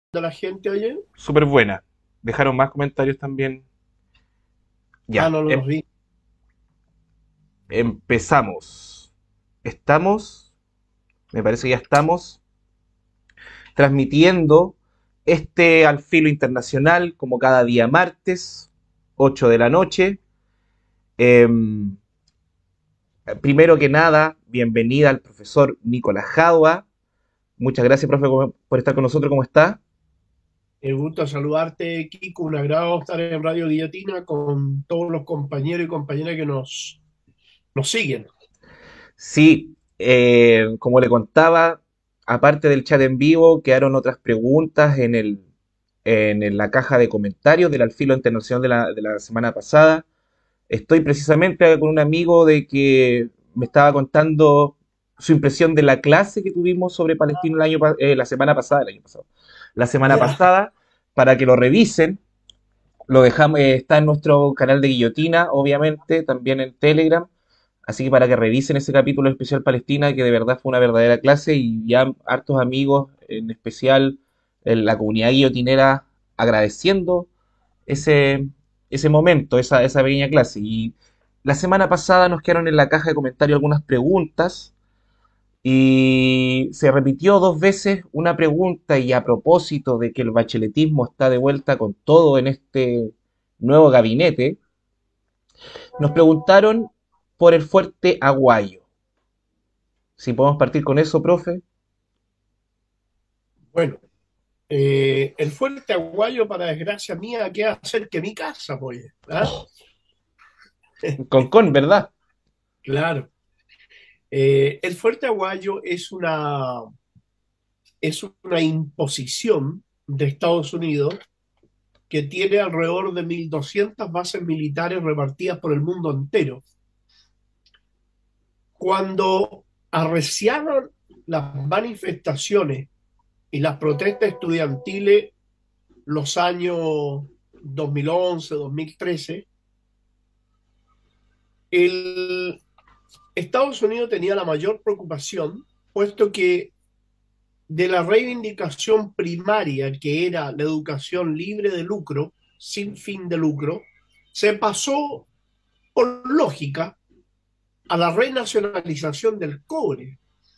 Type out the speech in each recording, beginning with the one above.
de la gente, oye? Súper buena. Dejaron más comentarios también. Ah, Ya, no los vi. empezamos. Estamos, me parece que ya estamos transmitiendo este Al Filo Internacional como cada día martes, 8 de la noche. Em, Primero que nada, bienvenida al profesor Nicolás Jadua. Muchas gracias, profe, por estar con nosotros. ¿Cómo está? El gusto de saludarte, Kiko. Un agrado estar en Radio Guillotina con todos los compañeros y compañeras que nos siguen. Sí, como le contaba, aparte del chat en vivo, quedaron otras preguntas la caja de comentarios del Alfilo Internacional de la semana pasada. Estoy precisamente con un amigo de que me estaba contando su impresión de la clase que tuvimos sobre Palestina la semana pasada, el año pasado, la semana Ya, pasada, para que lo revisen. Lo dejamos, está en nuestro canal de Guillotina, obviamente, también en Telegram. Así que para que revisen ese capítulo especial Palestina, que de verdad fue una verdadera clase y ya hartos amigos, en especial en la comunidad guillotinera, agradeciendo ese, ese momento, esa pequeña clase. Y la semana pasada nos quedaron en la caja de comentarios algunas preguntas y se repitió dos veces una pregunta y a propósito de que el bacheletismo está de vuelta con todo en este nuevo gabinete, nos preguntaron por el fuerte Aguayo. Si podemos partir con eso, profe. bueno, el Fuerte Aguayo, para desgracia mía, queda cerca de mi casa, pues. ¿Ah? Con, ¿verdad? Claro. El Fuerte Aguayo es una imposición de Estados Unidos que tiene alrededor de 1.200 bases militares repartidas por el mundo entero. Cuando arreciaron las manifestaciones y las protestas estudiantiles los años 2011, 2013, el Estados Unidos tenía la mayor preocupación, puesto que de la reivindicación primaria, que era la educación libre de lucro, sin fin de lucro, se pasó por lógica a la renacionalización del cobre.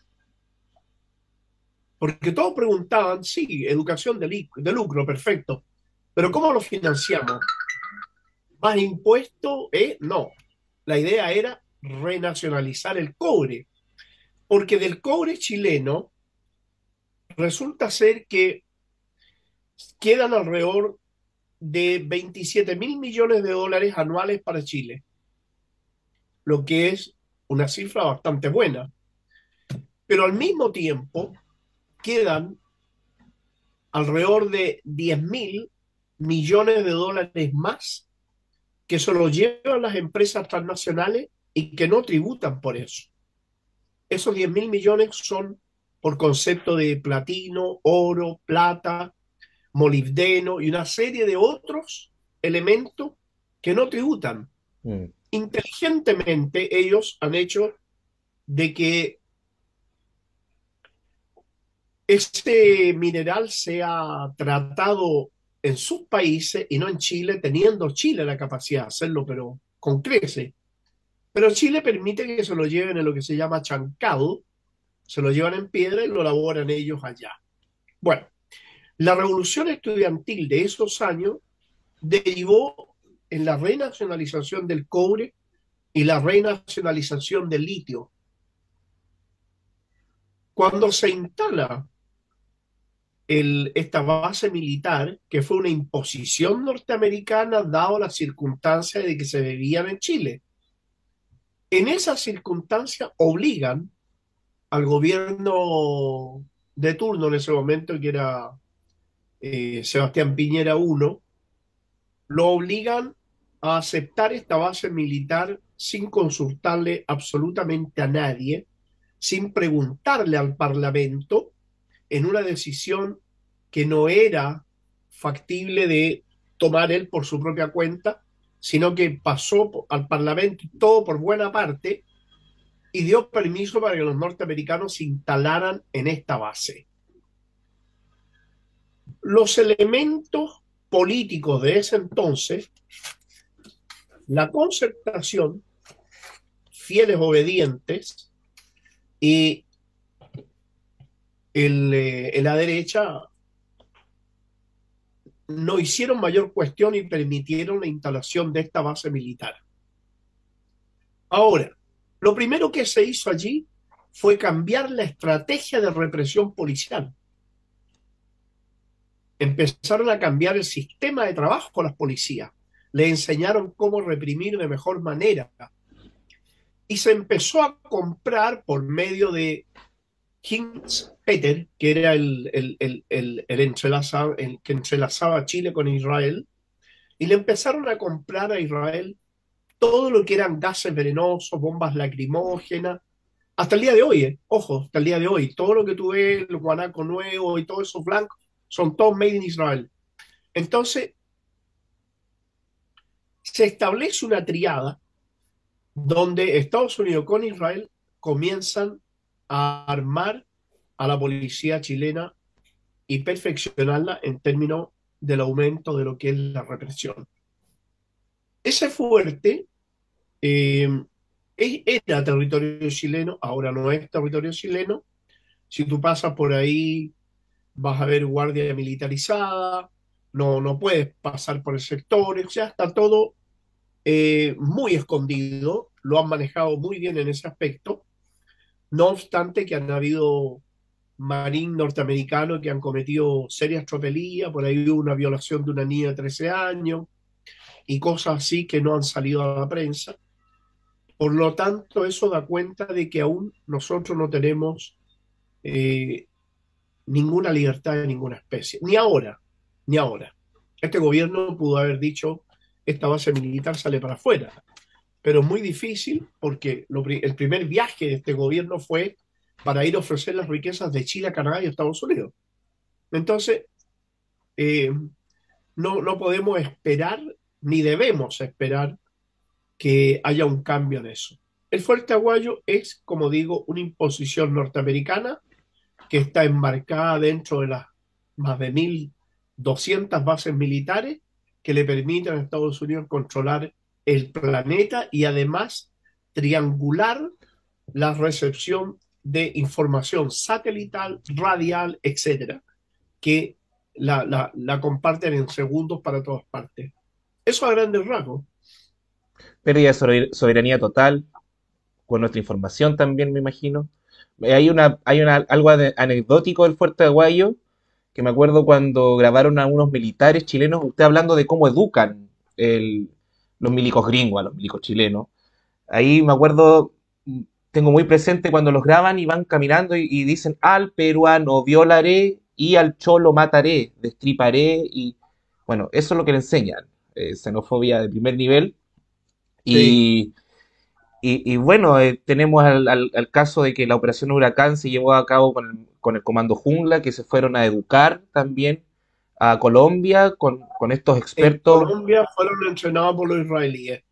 Porque todos preguntaban, sí, educación de lucro, perfecto, pero ¿cómo lo financiamos? ¿Más impuestos? No. La idea era renacionalizar el cobre, porque del cobre chileno resulta ser que quedan alrededor de 27.000 millones de dólares anuales para Chile, lo que es una cifra bastante buena. Pero al mismo tiempo quedan alrededor de 10.000 millones de dólares más que se lo llevan las empresas transnacionales y que no tributan por eso. Esos 10.000 millones son por concepto de platino, oro, plata, molibdeno y una serie de otros elementos que no tributan. Mm. Inteligentemente ellos han hecho de que este mineral sea tratado en sus países y no en Chile, teniendo Chile la capacidad de hacerlo, pero con creces. Pero Chile permite que se lo lleven en lo que se llama chancado, se lo llevan en piedra y lo elaboran ellos allá. Bueno, la revolución estudiantil de esos años derivó en la renacionalización del cobre y la renacionalización del litio. Cuando se instala esta base militar, que fue una imposición norteamericana dado las circunstancias de que se vivían en Chile, en esas circunstancias obligan al gobierno de turno en ese momento, que era Sebastián Piñera I, lo obligan a aceptar esta base militar sin consultarle absolutamente a nadie, sin preguntarle al Parlamento, en una decisión que no era factible de tomar él por su propia cuenta, sino que pasó al Parlamento todo por buena parte y dio permiso para que los norteamericanos se instalaran en esta base. Los elementos políticos de ese entonces, la concertación, fieles obedientes, y la derecha no hicieron mayor cuestión y permitieron la instalación de esta base militar. Ahora, lo primero que se hizo allí fue cambiar la estrategia de represión policial. Empezaron a cambiar el sistema de trabajo con las policías. Le enseñaron cómo reprimir de mejor manera. Y se empezó a comprar por medio de Heinz Peter, que era el que entrelazaba Chile con Israel, y le empezaron a comprar a Israel todo lo que eran gases venenosos, bombas lacrimógenas, hasta el día de hoy, ojo, hasta el día de hoy, todo lo que tú ves, el guanaco nuevo y todos esos blancos, son todos made in Israel. Entonces, se establece una triada donde Estados Unidos con Israel comienzan a armar a la policía chilena y perfeccionarla en términos del aumento de lo que es la represión. Ese fuerte eh, era territorio chileno, ahora no es territorio chileno. Si tú pasas por ahí, vas a ver guardia militarizada, no puedes pasar por el sector, o sea, está todo muy escondido, lo han manejado muy bien en ese aspecto, no obstante que han habido marín norteamericanos que han cometido serias tropelías, por ahí hubo una violación de una niña de 13 años y cosas así que no han salido a la prensa. Por lo tanto, eso da cuenta de que aún nosotros no tenemos eh, ninguna libertad de ninguna especie, ni ahora, ni ahora. Este gobierno pudo haber dicho, esta base militar sale para afuera, pero es muy difícil porque el primer viaje de este gobierno fue para ir a ofrecer las riquezas de Chile, Canadá y Estados Unidos. Entonces, eh, no podemos esperar, ni debemos esperar que haya un cambio en eso. El Fuerte Aguayo es, como digo, una imposición norteamericana que está enmarcada dentro de las más de 1.200 bases militares que le permiten a Estados Unidos controlar el planeta y además triangular la recepción de información satelital, radial, etcétera, que la comparten en segundos para todas partes. Eso a grandes rasgos. Pérdida de soberanía total, con nuestra información también, me imagino. Algo anecdótico del Fuerte Aguayo, que me acuerdo cuando grabaron a unos militares chilenos, usted hablando de cómo educan los milicos gringos a los milicos chilenos. Ahí me acuerdo, tengo muy presente cuando los graban y van caminando y dicen al peruano violaré y al cholo mataré, destriparé y bueno, eso es lo que le enseñan, xenofobia de primer nivel Sí. y, y bueno, tenemos al caso de que la operación Huracán se llevó a cabo con el Comando Jungla, que se fueron a educar también a Colombia con estos En expertos. Colombia fueron entrenados por los israelíes.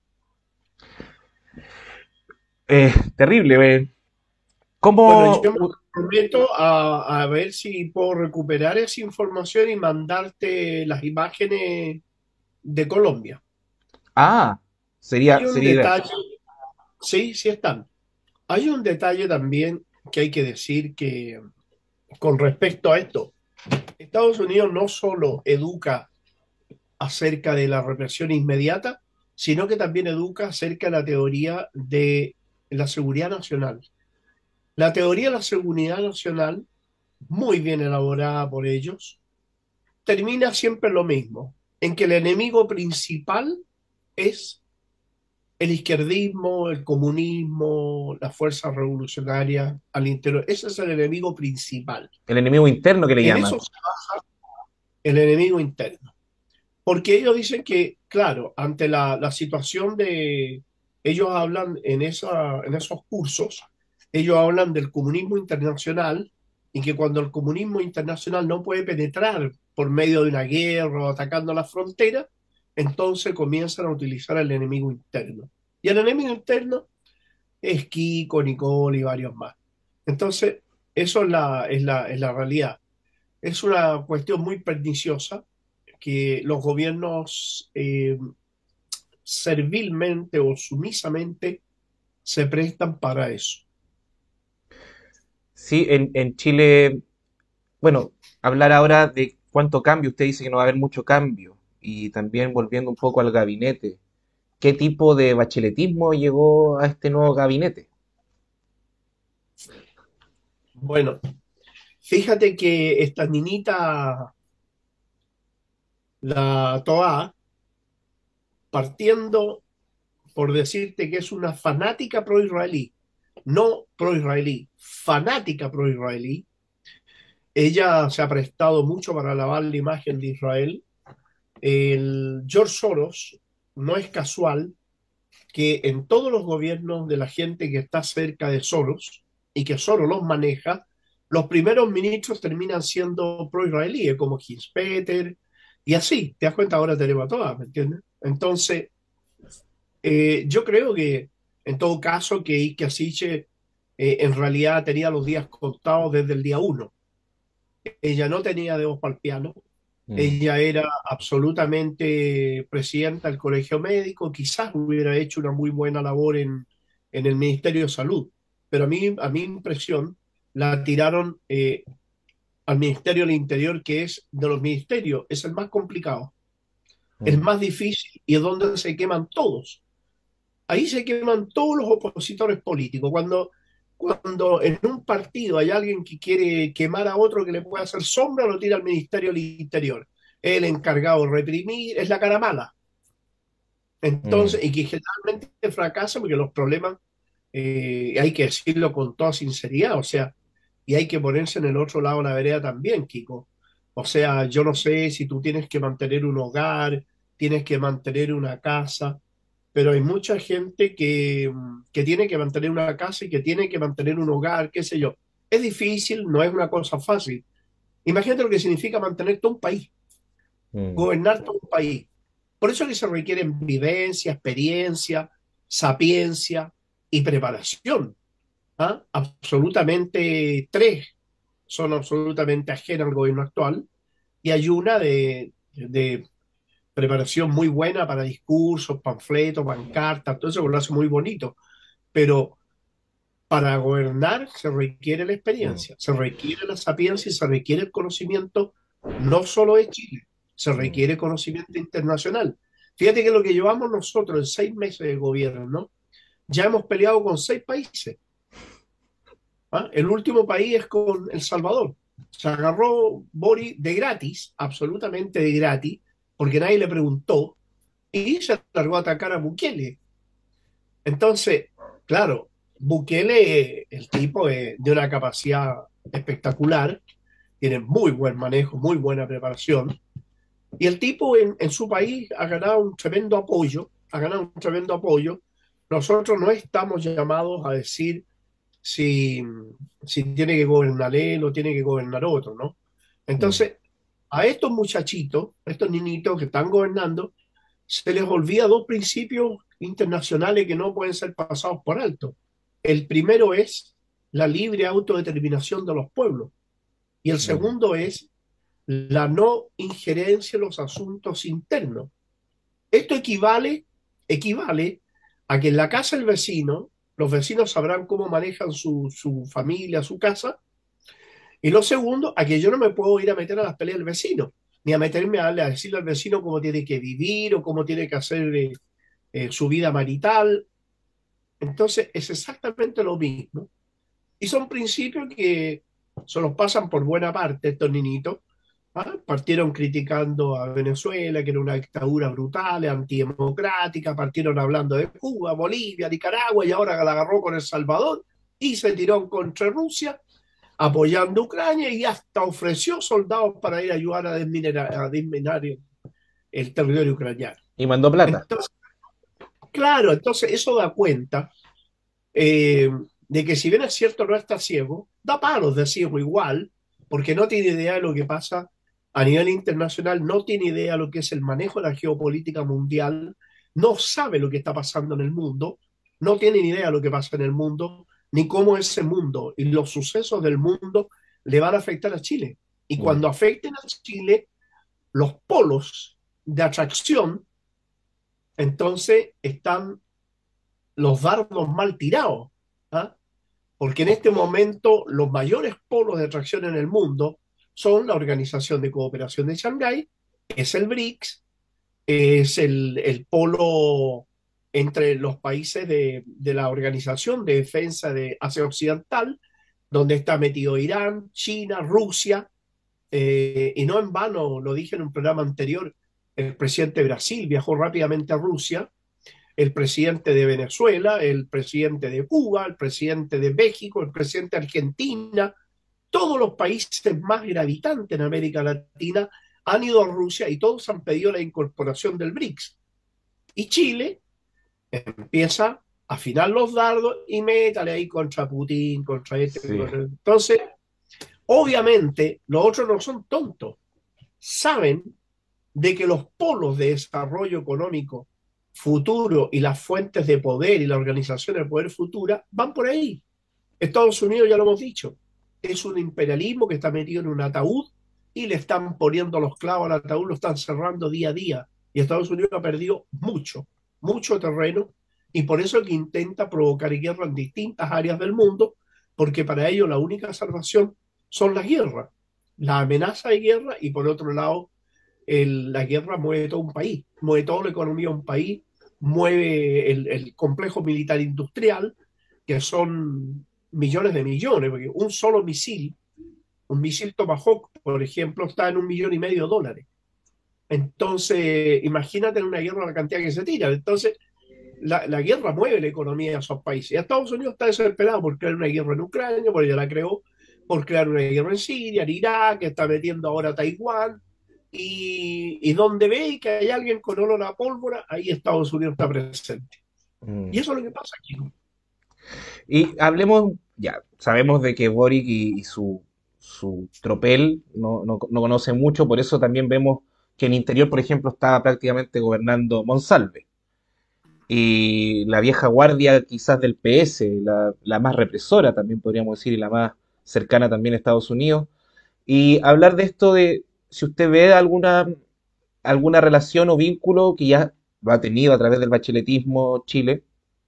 Terrible. Bueno, ¿Cómo? yo me comprometo a ver si puedo recuperar esa información y mandarte las imágenes de Colombia. Ah, Hay un sería ideal. detalle, sí, sí están. Hay un detalle también que hay que decir que con respecto a esto, Estados Unidos no solo educa acerca de la represión inmediata, sino que también educa acerca de la teoría de la seguridad nacional. La teoría de la seguridad nacional, muy bien elaborada por ellos, termina siempre lo mismo, en que el enemigo principal es el izquierdismo, el comunismo, las fuerzas revolucionarias al interior. Ese es el enemigo principal. El enemigo interno que le En llaman. eso se basa el enemigo interno. Porque ellos dicen que, claro, ante la situación de, ellos hablan en esos cursos, ellos hablan del comunismo internacional y que cuando el comunismo internacional no puede penetrar por medio de una guerra o atacando la frontera, entonces comienzan a utilizar el enemigo interno. Y el enemigo interno es Kiko, Nicole y varios más. Entonces, eso es la realidad. Es una cuestión muy perniciosa que los gobiernos servilmente o sumisamente se prestan para eso. Sí, en Chile, bueno, hablar ahora de cuánto cambio, usted dice que no va a haber mucho cambio, y también volviendo un poco al gabinete, ¿qué tipo de bacheletismo llegó a este nuevo gabinete? Bueno, fíjate que esta niñita, la Toa, partiendo por decirte que es una fanática pro-israelí, no pro-israelí, fanática pro-israelí, ella se ha prestado mucho para lavar la imagen de Israel. El George Soros no es casual que en todos los gobiernos de la gente que está cerca de Soros y que Soros los maneja, los primeros ministros terminan siendo pro-israelíes, como Peter y así, te das cuenta, ahora tenemos a todas, ¿me entiendes? Entonces, yo creo que en todo caso que Ike Asiche en realidad tenía los días contados desde el día uno. Ella no tenía dedos para el piano. Mm, Ella era absolutamente presidenta del colegio médico, quizás hubiera hecho una muy buena labor en el Ministerio de Salud, pero a mi impresión, la tiraron al Ministerio del Interior, que es de los ministerios, es el más complicado, el mm, más difícil y es donde se queman todos. Ahí se queman todos los opositores políticos. Cuando en un partido hay alguien que quiere quemar a otro que le puede hacer sombra, lo tira al Ministerio del Interior. El encargado de reprimir es la cara mala. mm, Entonces, y que generalmente fracasa porque los problemas, hay que decirlo con toda sinceridad, o sea, y hay que ponerse en el otro lado de la vereda también, Kiko. O sea, yo no sé si tú tienes que mantener un hogar, tienes que mantener una casa, pero hay mucha gente que tiene que mantener una casa y que tiene que mantener un hogar, qué sé yo. Es difícil, no es una cosa fácil. Imagínate lo que significa mantener todo un país, mm. gobernar todo un país. Por eso es que se requieren vivencia, experiencia, sapiencia y preparación. ¿Ah? Absolutamente tres son absolutamente ajenas al gobierno actual y hay una de preparación muy buena para discursos, panfletos, pancartas, todo eso que lo hace muy bonito. Pero para gobernar se requiere la Mm, experiencia, se requiere la sapiencia y se requiere el conocimiento no solo de Chile, se mm, requiere conocimiento internacional. Fíjate que lo que llevamos nosotros en 6 meses de gobierno, ¿no? Ya hemos peleado con 6 países. ¿Ah? El último país es con El Salvador. Se agarró Bori de gratis, absolutamente de gratis, porque nadie le preguntó, y se largó a atacar a Bukele. Entonces, claro, Bukele, el tipo de una capacidad espectacular, tiene muy buen manejo, muy buena preparación, y el tipo en su país ha ganado un tremendo apoyo, ha ganado un tremendo apoyo. Nosotros no estamos llamados a decir si, si tiene que gobernar él o tiene que gobernar otro, ¿no? mm, Entonces, a estos muchachitos, a estos niñitos que están gobernando, se les olvida dos principios internacionales que no pueden ser pasados por alto. El primero es la libre autodeterminación de los pueblos y el mm, segundo es la no injerencia en los asuntos internos. Esto equivale a que en la casa del vecino, los vecinos sabrán cómo manejan su familia, su casa, y lo segundo, a que yo no me puedo ir a meter a las peleas del vecino, ni a meterme a decirle al vecino cómo tiene que vivir o cómo tiene que hacer su vida marital. Entonces, es exactamente lo mismo. Y son principios que se los pasan por buena parte estos niñitos. ¿Ah? Partieron criticando a Venezuela, que era una dictadura brutal, antidemocrática, partieron hablando de Cuba, Bolivia, Nicaragua, y ahora la agarró con El Salvador y se tiró contra Rusia, apoyando a Ucrania y hasta ofreció soldados para ir a ayudar a desminar el territorio ucraniano. Y mandó plata. Entonces, claro, entonces eso da cuenta eh, de que si bien es cierto no está ciego, da palos de ciego igual, porque no tiene idea de lo que pasa a nivel internacional, no tiene idea de lo que es el manejo de la geopolítica mundial, no sabe lo que está pasando en el mundo, no tiene ni idea de lo que pasa en el mundo, ni cómo ese mundo y los sucesos del mundo le van a afectar a Chile. Y Mm, cuando afecten a Chile, los polos de atracción, entonces están los dardos mal tirados. ¿Ah? Porque en este momento los mayores polos de atracción en el mundo son la Organización de Cooperación de Shanghái, es el BRICS, es el polo entre los países de la Organización de Defensa de Asia Occidental, donde está metido Irán, China, Rusia, y no en vano, lo dije en un programa anterior, el presidente de Brasil viajó rápidamente a Rusia, el presidente de Venezuela, el presidente de Cuba, el presidente de México, el presidente de Argentina, todos los países más gravitantes en América Latina han ido a Rusia y todos han pedido la incorporación del BRICS. Y Chile empieza a afinar los dardos y métale ahí contra Putin, contra este. sí, Contra... Entonces, obviamente, los otros no son tontos. Saben de que los polos de desarrollo económico futuro y las fuentes de poder y la organización del poder futura van por ahí. Estados Unidos, ya lo hemos dicho, es un imperialismo que está metido en un ataúd y le están poniendo los clavos al ataúd, lo están cerrando día a día. Y Estados Unidos ha perdido mucho, mucho terreno y por eso que intenta provocar guerra en distintas áreas del mundo, porque para ello la única salvación son las guerras, la amenaza de guerra y por otro lado la guerra mueve todo un país, mueve toda la economía de un país, mueve el complejo militar industrial, que son millones de millones, porque un solo misil, un misil Tomahawk, por ejemplo, está en $1,5 millones. Entonces, imagínate en una guerra la cantidad que se tira. Entonces, la guerra mueve la economía de esos países. Y Estados Unidos está desesperado por crear una guerra en Ucrania, porque ya la creó, por crear una guerra en Siria, en Irak, que está metiendo ahora a Taiwán. Y donde ve que hay alguien con olor a pólvora, ahí Estados Unidos está presente. Y mm. eso es lo que pasa aquí. Y hablemos, ya, sabemos de que Boric y su tropel no conoce mucho, por eso también vemos que en Interior, por ejemplo, estaba prácticamente gobernando Monsalve. Y la vieja guardia quizás del PS, la más represora también podríamos decir, y la más cercana también a Estados Unidos. Y hablar de esto de si usted ve alguna relación o vínculo que ya lo ha tenido a través del bacheletismo Chile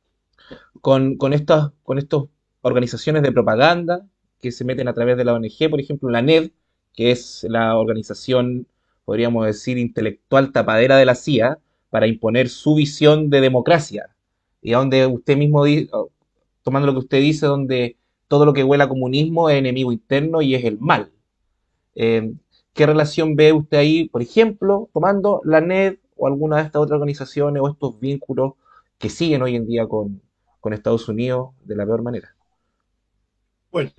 con estas organizaciones de propaganda que se meten a través de la ONG, por ejemplo, la NED, que es la organización, podríamos decir, intelectual tapadera de la CIA, para imponer su visión de democracia. Y donde usted mismo, tomando lo que usted dice, donde todo lo que huela a comunismo es enemigo interno y es el mal. Eh, ¿Qué relación ve usted ahí, por ejemplo, tomando la NED o alguna de estas otras organizaciones o estos vínculos que siguen hoy en día con Estados Unidos de la peor manera? Bueno,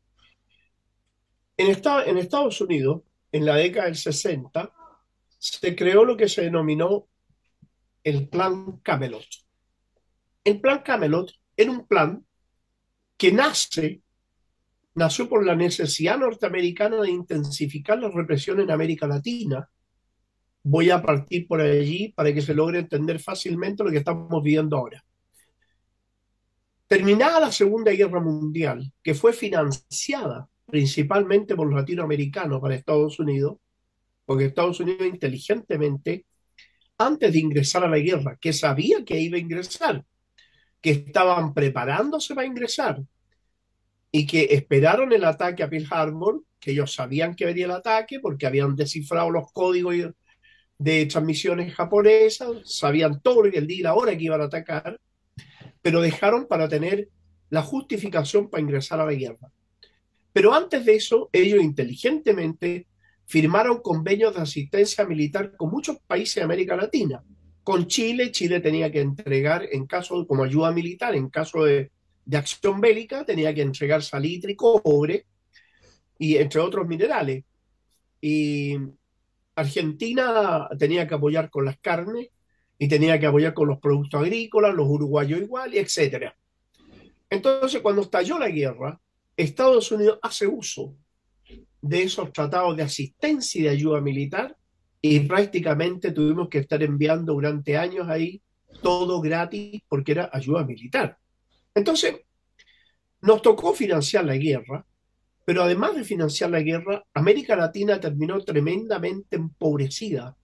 en Estados Unidos, en la década del 60, se creó lo que se denominó el Plan Camelot. El Plan Camelot era un plan que nació por la necesidad norteamericana de intensificar la represión en América Latina. Voy a partir por allí para que se logre entender fácilmente lo que estamos viviendo ahora. Terminada la Segunda Guerra Mundial, que fue financiada principalmente por los latinoamericanos para Estados Unidos, porque Estados Unidos inteligentemente, antes de ingresar a la guerra, que sabía que iba a ingresar, que estaban preparándose para ingresar y que esperaron el ataque a Pearl Harbor, que ellos sabían que venía el ataque porque habían descifrado los códigos de transmisiones japonesas, sabían todo el día y la hora que iban a atacar, pero dejaron para tener la justificación para ingresar a la guerra. Pero antes de eso, ellos inteligentemente firmaron convenios de asistencia militar con muchos países de América Latina. Con Chile, Chile tenía que entregar, en caso como ayuda militar, en caso de acción bélica, tenía que entregar salitre y cobre, y entre otros minerales. Y Argentina tenía que apoyar con las carnes y tenía que apoyar con los productos agrícolas, los uruguayos igual, etcétera. Entonces, cuando estalló la guerra, Estados Unidos hace uso de esos tratados de asistencia y de ayuda militar y prácticamente tuvimos que estar enviando durante años ahí todo gratis porque era ayuda militar. Entonces, nos tocó financiar la guerra Pero además de financiar la guerra, América Latina terminó tremendamente empobrecida.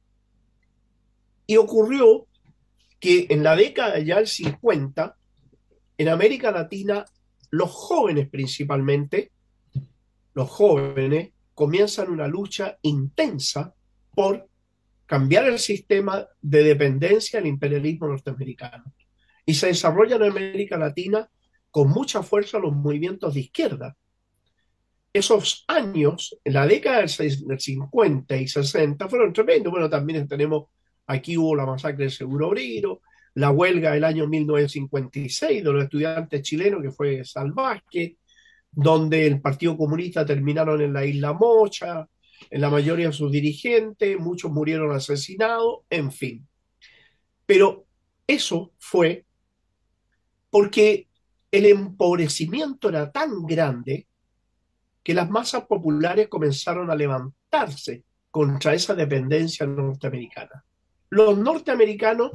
Y ocurrió que en la década ya del 50, en América Latina, los jóvenes principalmente, los jóvenes comienzan una lucha intensa por cambiar el sistema de dependencia del imperialismo norteamericano. Y se desarrollan en América Latina con mucha fuerza los movimientos de izquierda. Esos años, en la década del 50 y 60, fueron tremendos. Bueno, también tenemos, aquí hubo la masacre del Seguro Obrero, la huelga del año 1956 de los estudiantes chilenos, que fue salvaje, donde el Partido Comunista terminaron en la isla Mocha, en la mayoría de sus dirigentes, muchos murieron asesinados, en fin. Pero eso fue porque el empobrecimiento era tan grande que las masas populares comenzaron a levantarse contra esa dependencia norteamericana. Los norteamericanos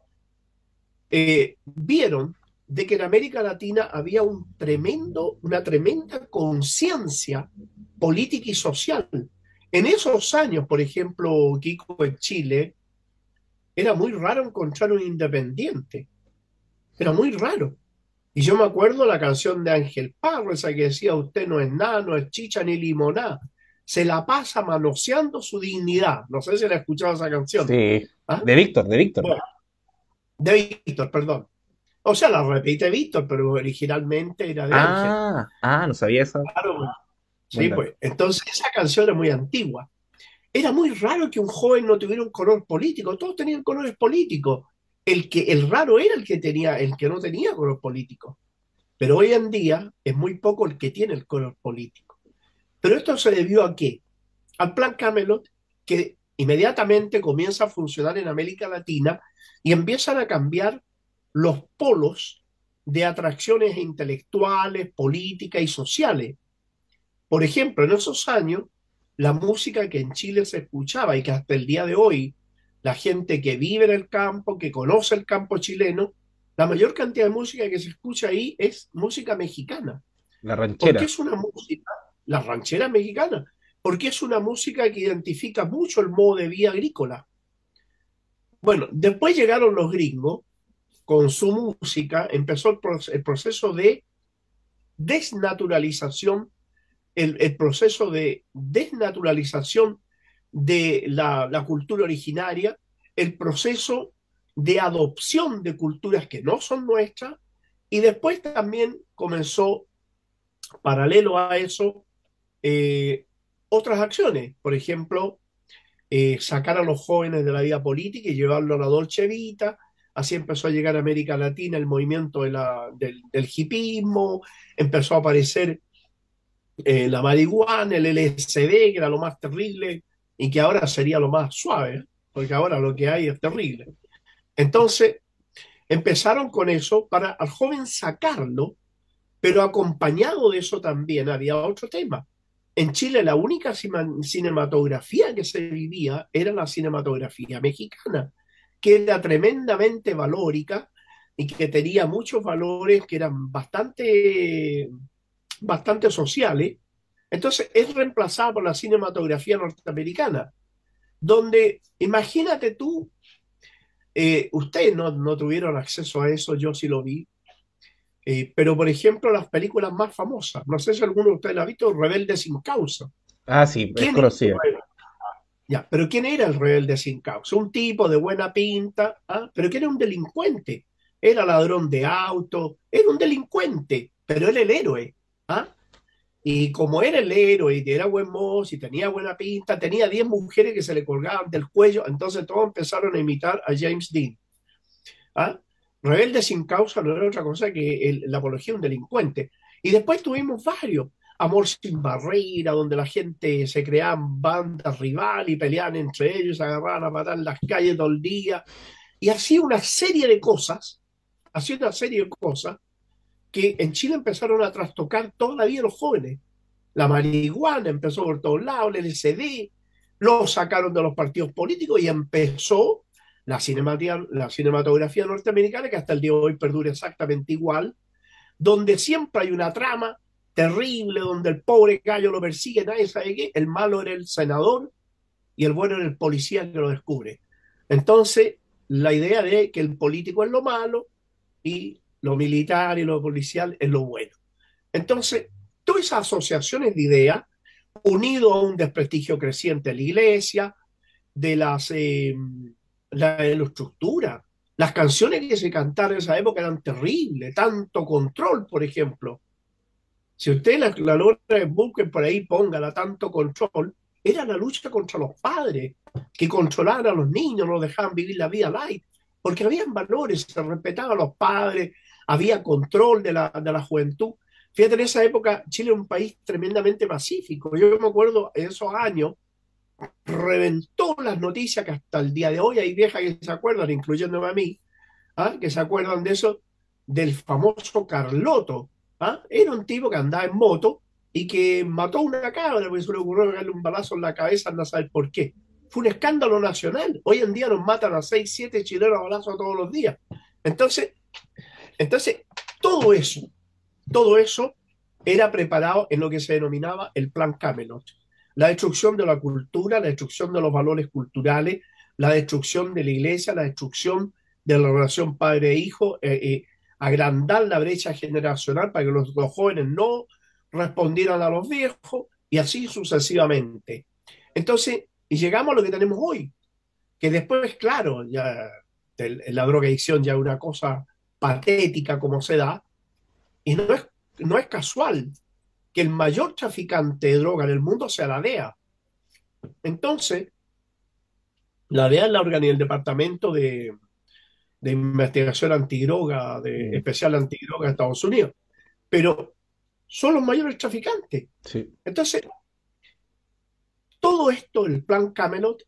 vieron de que en América Latina había una tremenda conciencia política y social. En esos años, por ejemplo, Kiko, en Chile, era muy raro encontrar un independiente. Era muy raro. Y yo me acuerdo la canción de Ángel Parro, esa que decía: usted no es nada, no es chicha ni limoná. Se la pasa manoseando su dignidad. No sé si la escuchado esa canción. Sí, ¿Ah? de Víctor, de Víctor. Bueno, de Víctor, perdón. O sea, la repite Víctor, pero originalmente era de Ángel. No sabía esa. Claro, pues. Buen Sí, dato. pues. Entonces, esa canción es muy antigua. Era muy raro que un joven no tuviera un color político. Todos tenían colores políticos. El raro era el que no tenía color político. Pero hoy en día es muy poco el que tiene el color político. Pero esto se debió a qué? Al Plan Camelot, que inmediatamente comienza a funcionar en América Latina y empiezan a cambiar los polos de atracciones intelectuales, políticas y sociales. Por ejemplo, en esos años, la música que en Chile se escuchaba y que hasta el día de hoy, la gente que vive en el campo, que conoce el campo chileno, la mayor cantidad de música que se escucha ahí es música mexicana. La Porque ranchera. es una música, la ranchera mexicana, porque es una música que identifica mucho el modo de vida agrícola. Bueno, después llegaron los gringos con su música, empezó el proceso de desnaturalización, el proceso de desnaturalización de la cultura originaria, el proceso de adopción de culturas que no son nuestras, y después también comenzó, paralelo a eso, eh, otras acciones. Por ejemplo, sacar a los jóvenes de la vida política y llevarlo a la Dolce Vita. Así empezó a llegar a América Latina el movimiento del hipismo, empezó a aparecer la marihuana, el LSD, que era lo más terrible y que ahora sería lo más suave, porque ahora lo que hay es terrible. Entonces, empezaron con eso para al joven sacarlo, pero acompañado de eso también había otro tema. En Chile la única cinematografía que se vivía era la cinematografía mexicana, que era tremendamente valórica y que tenía muchos valores que eran bastante sociales. Entonces es reemplazada por la cinematografía norteamericana, donde imagínate tú, ustedes no tuvieron acceso a eso, yo sí lo vi, pero por ejemplo las películas más famosas, no sé si alguno de ustedes la ha visto, Rebelde sin causa. Ah, sí, es ¿Quién conocida. era? Ya, pero ¿quién era el rebelde sin causa? Un tipo de buena pinta, ¿ah? Pero que era un delincuente, era ladrón de auto, era un delincuente, pero era el héroe. ¿Ah? Y como era el héroe y era buen mozo y tenía buena pinta, tenía 10 mujeres que se le colgaban del cuello, entonces todos empezaron a imitar a James Dean. ¿Ah? Rebelde sin causa no era otra cosa que la apología de un delincuente. Y después tuvimos varios. Amor sin barrera, donde la gente se creaban bandas rivales y peleaban entre ellos, se agarraban a matar en las calles todo el día. Y así una serie de cosas, así una serie de cosas que en Chile empezaron a trastocar toda la vida los jóvenes. La marihuana empezó por todos lados, el LSD, lo sacaron de los partidos políticos y empezó la cinematografía norteamericana, que hasta el día de hoy perdura exactamente igual, donde siempre hay una trama, terrible donde el pobre gallo lo persigue, nadie sabe qué, el malo era el senador y el bueno era el policía que lo descubre. Entonces, la idea de que el político es lo malo y lo militar y lo policial es lo bueno. Entonces, todas esas asociaciones de ideas, unido a un desprestigio creciente de la iglesia, de la estructura, las canciones que se cantaron en esa época eran terribles, tanto control, por ejemplo. Si usted la logra busquen por ahí, póngala tanto control, era la lucha contra los padres que controlaban a los niños, no los dejaban vivir la vida light, porque habían valores, se respetaban a los padres, había control de la juventud. Fíjate, en esa época Chile era un país tremendamente pacífico. Yo me acuerdo en esos años, reventó las noticias que hasta el día de hoy hay viejas que se acuerdan, incluyéndome a mí, ¿ah? Que se acuerdan de eso, del famoso Carloto. ¿Ah? Era un tipo que andaba en moto y que mató a una cabra porque se le ocurrió darle un balazo en la cabeza, anda a saber por qué. Fue un escándalo nacional. Hoy en día nos matan a 6 7 chilenos a balazos todos los días. Entonces, entonces todo eso era preparado en lo que se denominaba el Plan Camelot. La destrucción de la cultura, la destrucción de los valores culturales, la destrucción de la iglesia, la destrucción de la relación padre-hijo, agrandar la brecha generacional para que los jóvenes no respondieran a los viejos y así sucesivamente. Entonces, y llegamos a lo que tenemos hoy, que después, claro, ya la drogadicción ya es una cosa patética como se da, y no es casual que el mayor traficante de droga en el mundo sea la DEA. Entonces, la DEA es el Departamento de Investigación Antidroga, de Mm, Especial Antidroga de Estados Unidos, pero son los mayores traficantes. sí, Entonces, todo esto, el plan Camelot,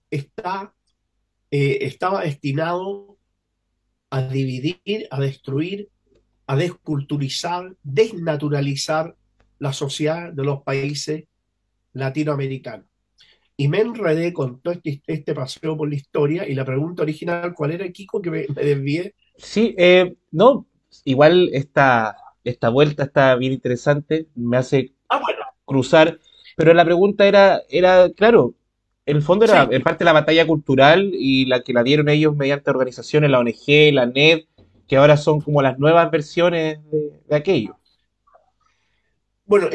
estaba destinado a dividir, a destruir, a desculturizar, desnaturalizar la sociedad de los países latinoamericanos. Y me enredé con todo este paseo por la historia y la pregunta original, ¿cuál era, Kiko? Que me desvié. sí, no, igual esta vuelta está bien interesante, me hace Ah, bueno, cruzar, pero la pregunta era, claro, en el fondo era sí. en parte la batalla cultural y la que la dieron ellos mediante organizaciones, la ONG, la NED, que ahora son como las nuevas versiones de aquello. Bueno,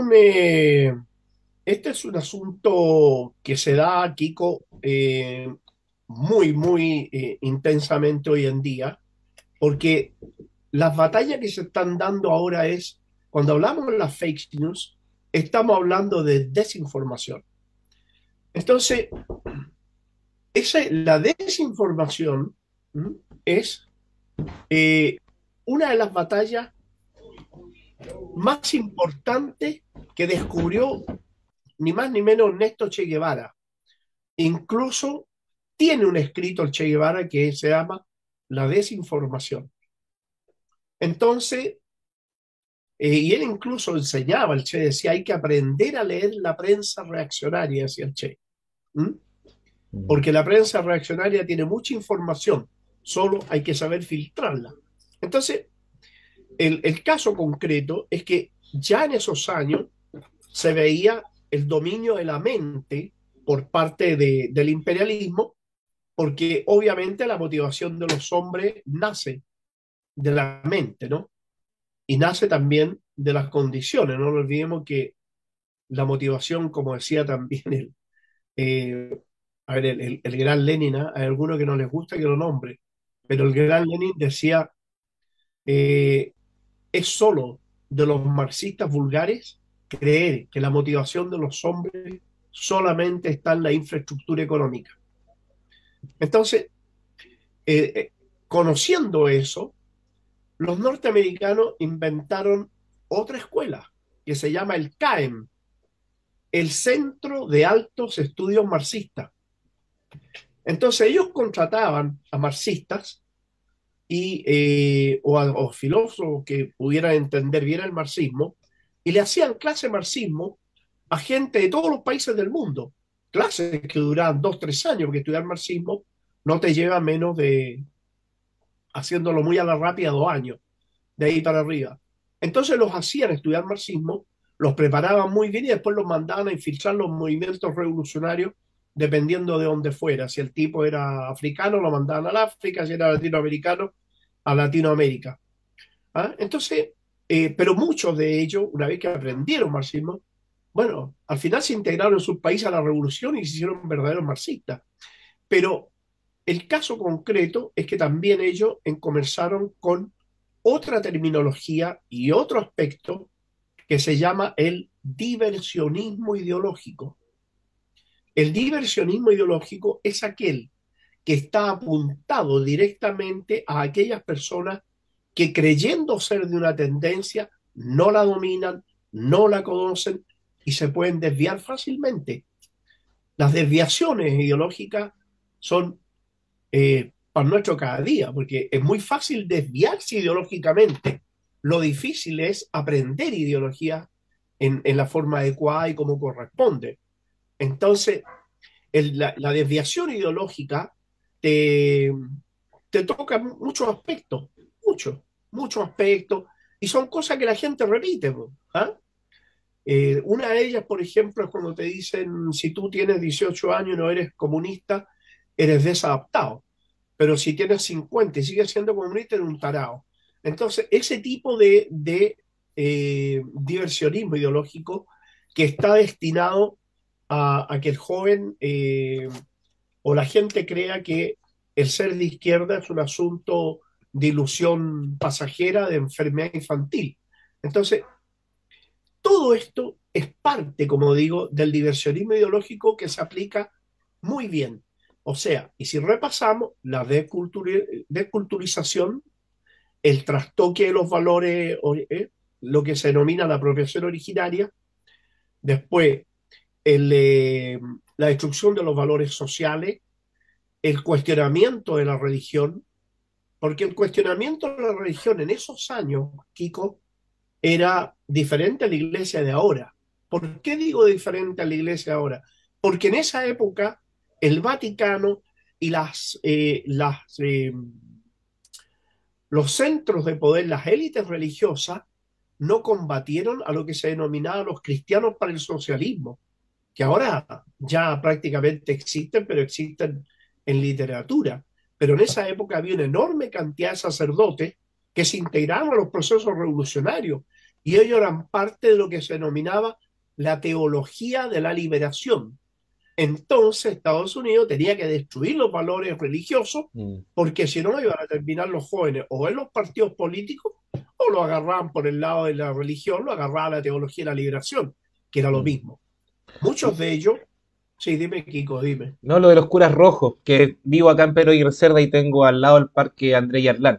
este es un asunto que se da, Kiko, muy, muy intensamente hoy en día, porque las batallas que se están dando ahora cuando hablamos de las fake news, estamos hablando de desinformación. Entonces, la desinformación, ¿m? Es eh, una de las batallas más importantes que descubrió ni más ni menos Ernesto Che Guevara. Incluso tiene un escrito el Che Guevara que se llama La desinformación. Entonces, y él incluso enseñaba, el Che decía, hay que aprender a leer la prensa reaccionaria, decía el Che. ¿Mm? Mm. Porque la prensa reaccionaria tiene mucha información, solo hay que saber filtrarla. Entonces, el caso concreto es que ya en esos años se veía el dominio de la mente por parte del imperialismo, porque obviamente la motivación de los hombres nace de la mente, ¿no? Y nace también de las condiciones. No olvidemos que la motivación, como decía también eh, el gran Lenin, ¿ah? Hay algunos que no les gusta que lo nombre, pero el gran Lenin decía, eh, es solo de los marxistas vulgares creer que la motivación de los hombres solamente está en la infraestructura económica. Entonces, conociendo eso, los norteamericanos inventaron otra escuela que se llama el CAEM, el Centro de Altos Estudios Marxistas. Entonces ellos contrataban a marxistas o filósofos que pudieran entender bien el marxismo y le hacían clase de marxismo a gente de todos los países del mundo. Clases que duraban 2, 3 años, porque estudiar marxismo no te lleva menos de, haciéndolo muy a la rápida, 2 años, de ahí para arriba. Entonces los hacían estudiar marxismo los preparaban muy bien y después los mandaban a infiltrar los movimientos revolucionarios dependiendo de dónde fuera. Si el tipo era africano, lo mandaban al África, si era latinoamericano, a Latinoamérica. ¿Ah? Entonces, pero muchos de ellos, una vez que aprendieron marxismo, bueno, al final se integraron en su país a la revolución y se hicieron verdaderos marxistas. Pero el caso concreto es que también ellos comenzaron con otra terminología y otro aspecto que se llama el diversionismo ideológico. El diversionismo ideológico es aquel que está apuntado directamente a aquellas personas que creyendo ser de una tendencia no la dominan, no la conocen y se pueden desviar fácilmente. Las desviaciones ideológicas son pan nuestro cada día, porque es muy fácil desviarse ideológicamente. Lo difícil es aprender ideología en la forma adecuada y como corresponde. Entonces, la desviación ideológica te, te toca muchos aspectos, muchos aspectos, y son cosas que la gente repite. ¿Ah? Una de ellas, por ejemplo, es cuando te dicen, si tú tienes 18 años y no eres comunista, eres desadaptado, pero si tienes 50 y sigues siendo comunista, eres un tarao. Entonces, ese tipo de diversionismo ideológico que está destinado a que el joven o la gente crea que el ser de izquierda es un asunto de ilusión pasajera, de enfermedad infantil. Entonces, todo esto es parte, como digo, del diversionismo ideológico que se aplica muy bien. O sea, y si repasamos la desculturización, el trastoque de los valores, lo que se denomina la apropiación originaria, después la destrucción de los valores sociales, el cuestionamiento de la religión, porque el cuestionamiento de la religión en esos años, Kiko, era diferente a la iglesia de ahora. ¿Por qué digo diferente a la iglesia de ahora? Porque en esa época el Vaticano y los centros de poder, las élites religiosas, no combatieron a lo que se denominaba los cristianos para el socialismo, que ahora ya prácticamente existen, pero existen en literatura. Pero en esa época había una enorme cantidad de sacerdotes que se integraron a los procesos revolucionarios y ellos eran parte de lo que se denominaba la teología de la liberación. Entonces Estados Unidos tenía que destruir los valores religiosos Mm. porque si no iban a terminar los jóvenes o en los partidos políticos o lo agarraban por el lado de la religión, lo agarraba la teología de la liberación, que era lo Mm. mismo. Muchos de ellos, sí, dime Kiko, dime. No, lo de los curas rojos, que vivo acá en Pedro y Reserva y tengo al lado el parque André Yarlán.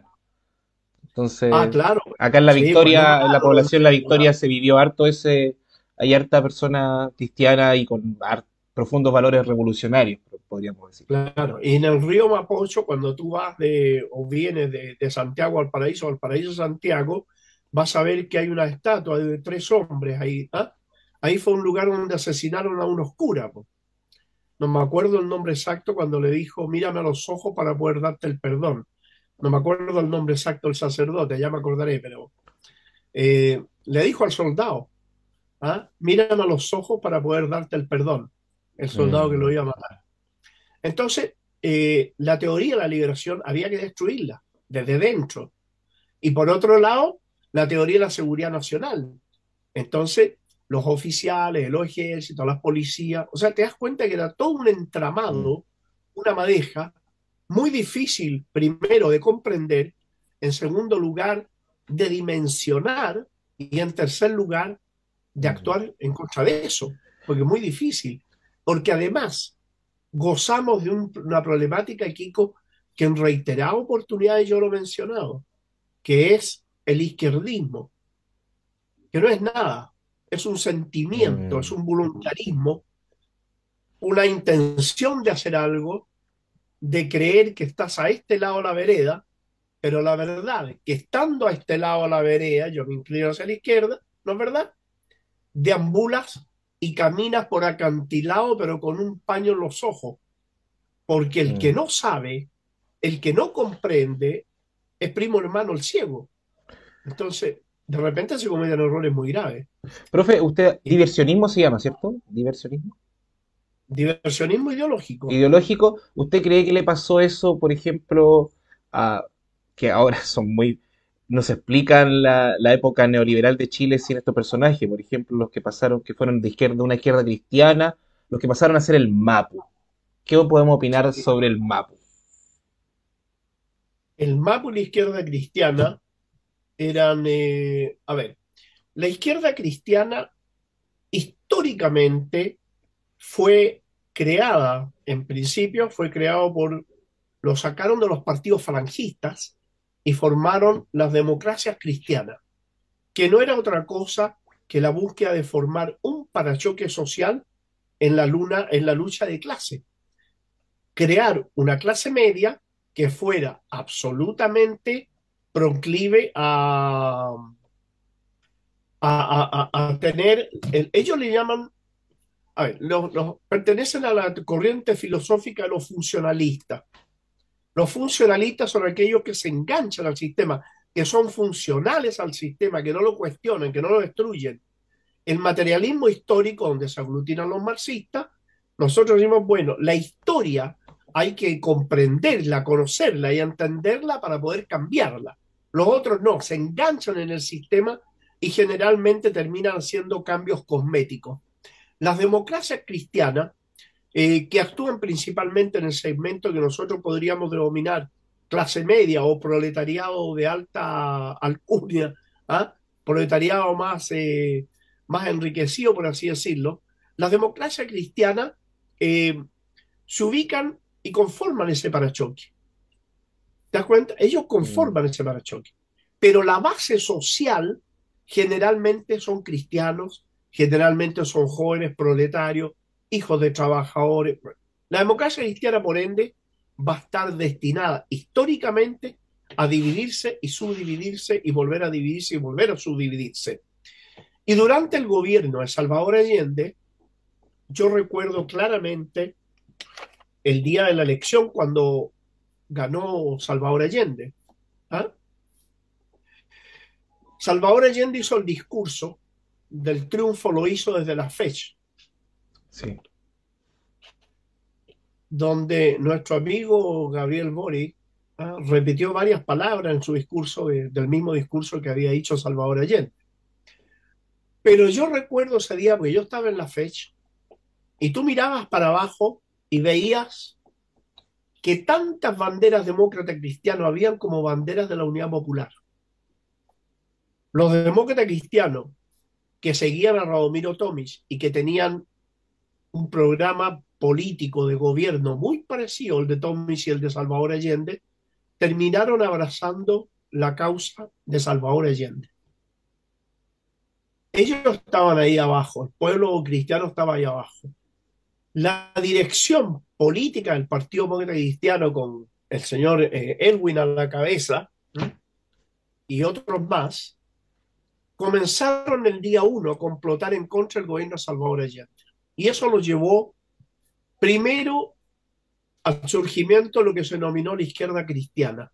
Ah, Entonces, claro, acá en La sí, pues no, Victoria, en la lo de población La la- Victoria se vivió harto ese, hay harta persona cristiana y con profundos valores revolucionarios, podríamos decir. claro. Y en el río Mapocho, cuando tú vas o vienes de Santiago al paraíso Santiago, vas a ver que hay una estatua de tres hombres ahí. ¿Ah? Ahí fue un lugar donde asesinaron a unos curas. Po. No me acuerdo el nombre exacto cuando le dijo, mírame a los ojos para poder darte el perdón. No me acuerdo el nombre exacto del sacerdote, ya me acordaré, pero le dijo al soldado, ¿ah? Mírame a los ojos para poder darte el perdón, el soldado que lo Mm. iba a matar. Entonces, la teoría de la liberación había que destruirla desde dentro. Y por otro lado, la teoría de la seguridad nacional. Entonces, los oficiales, el ejército, las policías, o sea, te das cuenta que era todo un Mm. entramado, una madeja muy difícil, primero, de comprender, en segundo lugar, de dimensionar y en tercer lugar, de Mm. actuar en contra de eso, porque es muy difícil, porque además gozamos de una problemática, Kiko, que en reiteradas oportunidades yo lo he mencionado, que es el izquierdismo, que no es nada, es un sentimiento, es Mm. un voluntarismo, una intención de hacer algo, de creer que estás a este lado de la vereda, pero la verdad es que estando a este lado de la vereda, yo me inclino hacia la izquierda, ¿no es verdad? Deambulas y caminas por acantilado, pero con un paño en los ojos, porque el que Mm. no sabe, el que no comprende, es primo hermano el ciego. Entonces, de repente se cometen errores muy graves. Profe, usted, Y diversionismo se llama, ¿cierto? Diversionismo. diversionismo ideológico. Ideológico, ¿usted cree que le pasó eso, por ejemplo, a que ahora son muy, nos explican la época neoliberal de Chile sin estos personajes? Por ejemplo, los que pasaron, que fueron de izquierda, una izquierda cristiana, los que pasaron a ser el MAPU. ¿Qué podemos opinar sobre el MAPU? El MAPU y la izquierda cristiana eran, a ver, la izquierda cristiana históricamente fue creada, en principio fue creado lo sacaron de los partidos falangistas y formaron las democracias cristianas, que no era otra cosa que la búsqueda de formar un parachoque social en la lucha de clase, crear una clase media que fuera absolutamente proclive a tener, ellos le llaman, a ver, pertenecen a la corriente filosófica de los funcionalistas. Los funcionalistas son aquellos que se enganchan al sistema, que son funcionales al sistema, que no lo cuestionan, que no lo destruyen. El materialismo histórico, donde se aglutinan los marxistas, nosotros decimos, bueno, la historia hay que comprenderla, conocerla y entenderla para poder cambiarla. Los otros no, se enganchan en el sistema y generalmente terminan haciendo cambios cosméticos. Las democracias cristianas, que actúan principalmente en el segmento que nosotros podríamos denominar clase media o proletariado de alta alcurnia, ¿ah? Proletariado más enriquecido, por así decirlo, las democracias cristianas eh, se ubican y conforman ese parachoque. ¿Te das cuenta? Ellos Mm, conforman ese parachoque. Pero la base social generalmente son cristianos, generalmente son jóvenes proletarios, hijos de trabajadores. La democracia cristiana, por ende, va a estar destinada históricamente a dividirse y subdividirse y volver a dividirse y volver a subdividirse. Y durante el gobierno de Salvador Allende, yo recuerdo claramente el día de la elección cuando ganó Salvador Allende. ¿Ah? Salvador Allende hizo el discurso del triunfo, lo hizo desde la fecha, sí. donde nuestro amigo Gabriel Boric repitió varias palabras en su discurso, del mismo discurso que había dicho Salvador Allende. Pero yo recuerdo ese día, porque yo estaba en la fecha, y tú mirabas para abajo y veías que tantas banderas demócratas cristianos habían como banderas de la Unidad Popular. Los demócratas cristianos que seguían a Radomiro Tomic y que tenían un programa político de gobierno muy parecido al de Tomic y el de Salvador Allende, terminaron abrazando la causa de Salvador Allende. Ellos estaban ahí abajo, el pueblo cristiano estaba ahí abajo. La dirección política del Partido Demócrata Cristiano con el señor Elwin a la cabeza, ¿eh? Y otros más, comenzaron el día uno a complotar en contra del gobierno de Salvador Allende. Y eso lo llevó primero al surgimiento de lo que se denominó la izquierda cristiana,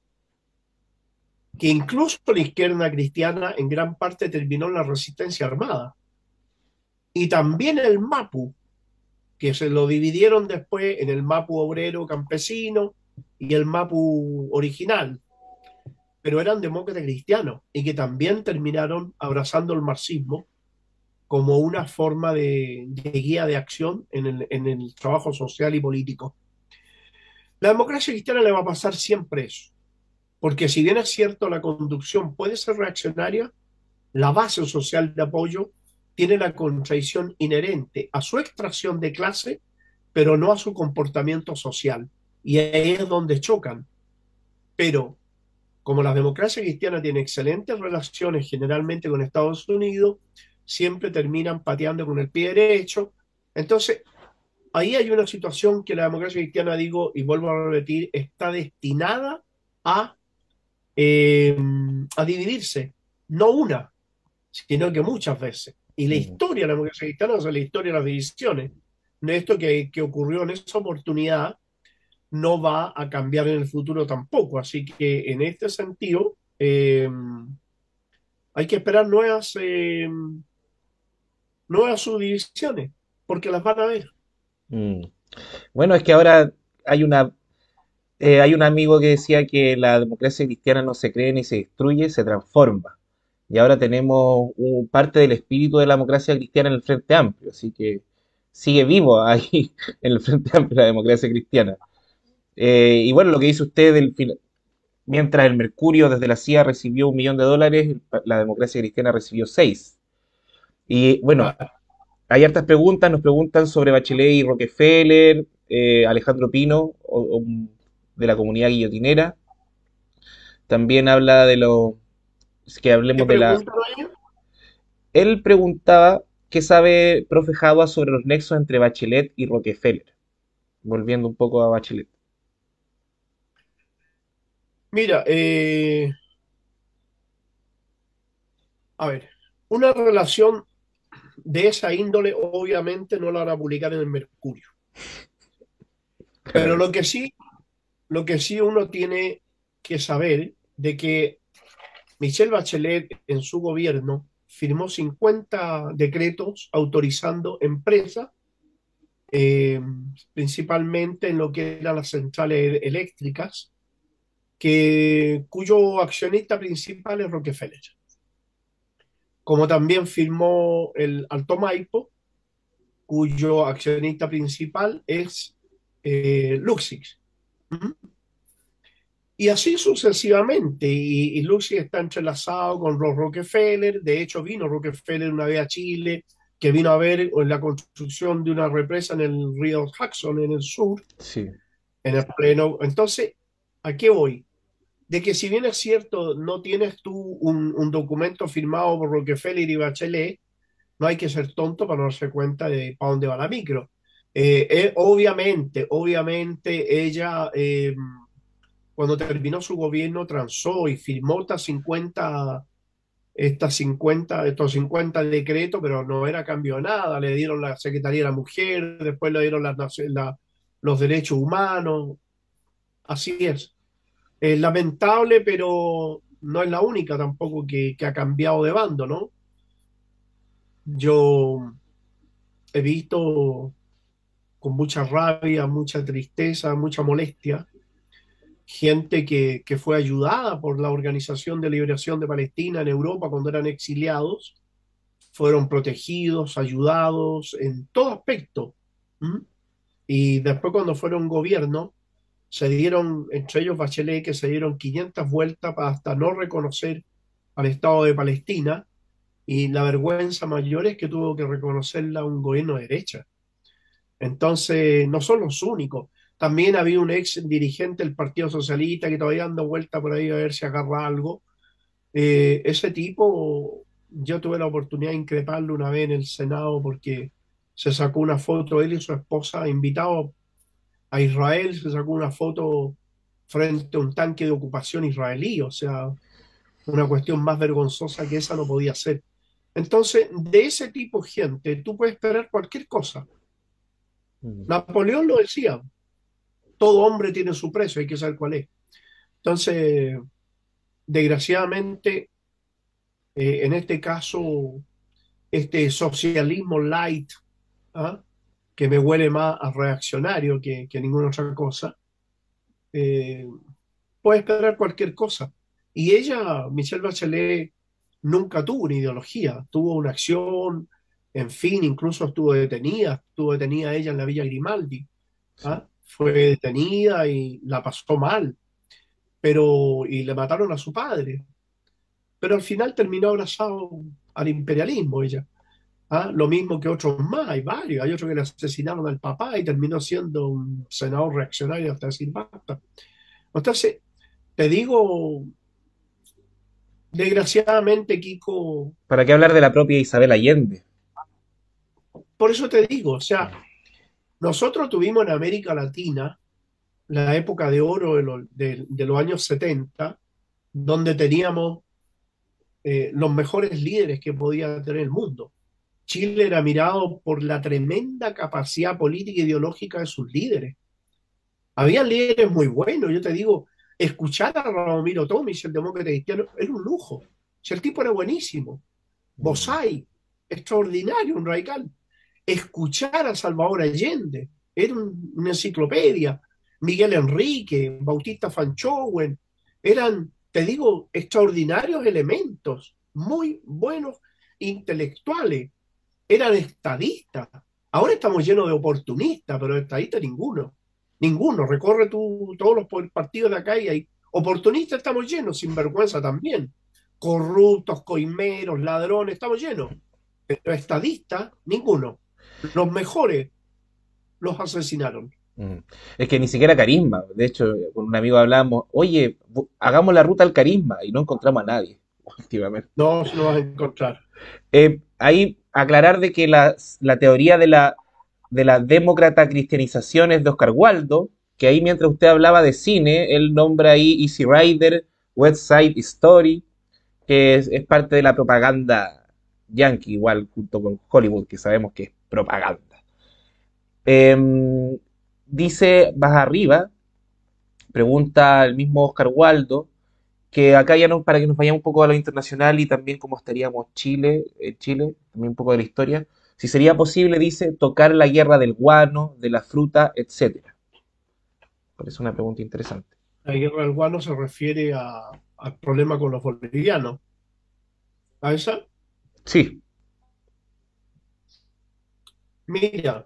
que incluso la izquierda cristiana en gran parte terminó en la resistencia armada. Y también el MAPU, que se lo dividieron después en el MAPU obrero campesino y el MAPU original, pero eran demócratas cristianos y que también terminaron abrazando el marxismo como una forma de guía de acción en el trabajo social y político. La democracia cristiana le va a pasar siempre eso, porque si bien es cierto la conducción puede ser reaccionaria, la base social de apoyo tiene la contradicción inherente a su extracción de clase, pero no a su comportamiento social. Y ahí es donde chocan. Pero como la democracia cristiana tiene excelentes relaciones generalmente con Estados Unidos, siempre terminan pateando con el pie derecho. Entonces, ahí hay una situación que la democracia cristiana, digo, y vuelvo a repetir, está destinada a, eh, a dividirse, no una, sino que muchas veces. Y la Mm. historia de la democracia cristiana es la historia de las divisiones. De esto que ocurrió en esa oportunidad no va a cambiar en el futuro tampoco. Así que en este sentido, Hay que esperar nuevas subdivisiones, porque las van a ver. Mm. Bueno, es que ahora hay hay un amigo que decía que la democracia cristiana no se cree ni se destruye, se transforma. Y ahora tenemos parte del espíritu de la democracia cristiana en el Frente Amplio, así que sigue vivo ahí en el Frente Amplio la democracia cristiana. Y bueno, lo que dice usted mientras el Mercurio desde la CIA recibió $1 millón, la democracia cristiana recibió 6. Y bueno, Claro. hay hartas preguntas, nos preguntan sobre Bachelet y Rockefeller, Alejandro Pino, de la comunidad guillotinera. También habla de que ¿Qué hablemos de la... preguntan ellos? Él preguntaba qué sabe profe Jadua sobre los nexos entre Bachelet y Rockefeller, volviendo un poco a Bachelet. Mira, a ver, una relación de esa índole obviamente no la van a publicar en el Mercurio. Pero Claramente. lo que sí uno tiene que saber de que Michelle Bachelet en su gobierno firmó 50 decretos autorizando empresas, eh, principalmente en lo que eran las centrales eléctricas, cuyo accionista principal es Rockefeller. Como también firmó el Alto Maipo, cuyo accionista principal es Luxix. ¿Mm? Y así sucesivamente. Y Luxix está entrelazado con los Rockefeller. De hecho, vino Rockefeller una vez a Chile, que vino a ver la construcción de una represa en el río Hudson, en el sur, Sí. en el pleno. Entonces, ¿a qué voy? De que si bien es cierto, no tienes tú un documento firmado por Rockefeller y Bachelet, no hay que ser tonto para no darse cuenta de para dónde va la micro. Obviamente, ella, cuando terminó su gobierno, transó y firmó estos 50 decretos, pero no era cambio de nada. Le dieron la Secretaría de la Mujer, después le dieron los derechos humanos. Así es. Es lamentable, pero no es la única tampoco que ha cambiado de bando, ¿no? Yo he visto con mucha rabia, mucha tristeza, mucha molestia, gente que fue ayudada por la Organización de Liberación de Palestina en Europa cuando eran exiliados, fueron protegidos, ayudados en todo aspecto. ¿Mm? Y después cuando fueron gobierno, se dieron, entre ellos Bachelet, que se dieron 500 vueltas para hasta no reconocer al Estado de Palestina, y la vergüenza mayor es que tuvo que reconocerla un gobierno de derecha. Entonces, no son los únicos. También había un ex dirigente del Partido Socialista que todavía anda vuelta por ahí a ver si agarra algo. Ese tipo, yo tuve la oportunidad de increparlo una vez en el Senado porque se sacó una foto, él y su esposa, invitado a Israel, se sacó una foto frente a un tanque de ocupación israelí. O sea, una cuestión más vergonzosa que esa no podía ser. Entonces, de ese tipo de gente, tú puedes esperar cualquier cosa. Mm. Napoleón lo decía, todo hombre tiene su precio, hay que saber cuál es. Entonces, desgraciadamente, en este caso, este socialismo light, ¿ah? Que me huele más a reaccionario que ninguna otra cosa, eh, puede esperar cualquier cosa. Y ella, Michelle Bachelet, nunca tuvo una ideología, tuvo una acción, en fin, incluso estuvo detenida ella en la Villa Grimaldi, Sí. ¿ah? Fue detenida y la pasó mal, y le mataron a su padre, pero al final terminó abrazado al imperialismo ella. ¿Ah? Lo mismo que otros más, hay varios, hay otros que le asesinaron al papá y terminó siendo un senador reaccionario hasta decir basta. Entonces, te digo, desgraciadamente, Kiko, ¿Para qué hablar de la propia Isabel Allende? por eso te digo, o sea, Mm. nosotros tuvimos en América Latina la época de oro de los años 70, donde teníamos los mejores líderes que podía tener el mundo. Chile era mirado por la tremenda capacidad política e ideológica de sus líderes. Había líderes muy buenos, yo te digo, escuchar a Ramiro Tomic, el demócrata cristiano, era un lujo. Si el tipo era buenísimo. Mm. Bosai, extraordinario, un radical. Escuchar a Salvador Allende, era una enciclopedia. Miguel Enrique, Bautista Fanchowen, eran, te digo, extraordinarios elementos, muy buenos intelectuales, eran estadistas. Ahora estamos llenos de oportunistas, pero de estadistas ninguno. Ninguno. Recorre tú todos los partidos de acá y hay oportunistas, estamos llenos, sin vergüenza también. Corruptos, coimeros, ladrones, estamos llenos. Pero estadistas, ninguno. Los mejores los asesinaron. Mm. Es que ni siquiera carisma. De hecho, con un amigo hablábamos, oye, hagamos la ruta al carisma y no encontramos a nadie últimamente. No se lo vas a encontrar. Ahí aclarar de que la teoría de la demócrata cristianización es de Oscar Waldo, que ahí mientras usted hablaba de cine, él nombra ahí Easy Rider, West Side Story, que es parte de la propaganda yankee, igual junto con Hollywood, que sabemos que es propaganda. Em, Dice más arriba, pregunta el mismo Oscar Waldo, que acá ya no, para que nos vayamos un poco a lo internacional y también cómo estaríamos Chile, también un poco de la historia, si sería posible, dice, tocar la guerra del guano, de la fruta, etcétera. Parece una pregunta interesante. La guerra del guano se refiere al problema con los bolivianos. ¿A esa? Sí. Mira,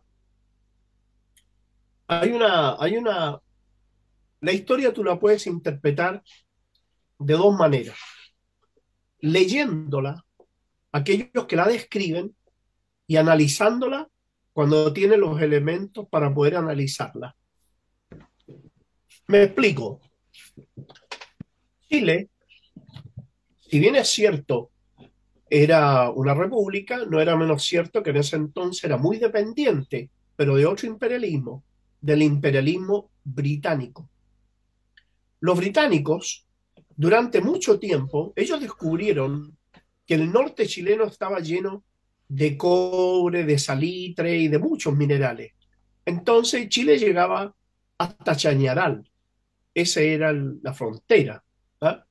la historia tú la puedes interpretar de dos maneras. Leyéndola, aquellos que la describen, y analizándola cuando tienen los elementos para poder analizarla. Me explico. Chile, si bien es cierto, era una república, no era menos cierto que en ese entonces era muy dependiente, pero de otro imperialismo, del imperialismo británico. Los británicos, durante mucho tiempo, ellos descubrieron que el norte chileno estaba lleno de cobre, de salitre y de muchos minerales. Entonces Chile llegaba hasta Chañaral, esa era la frontera. ¿Ah?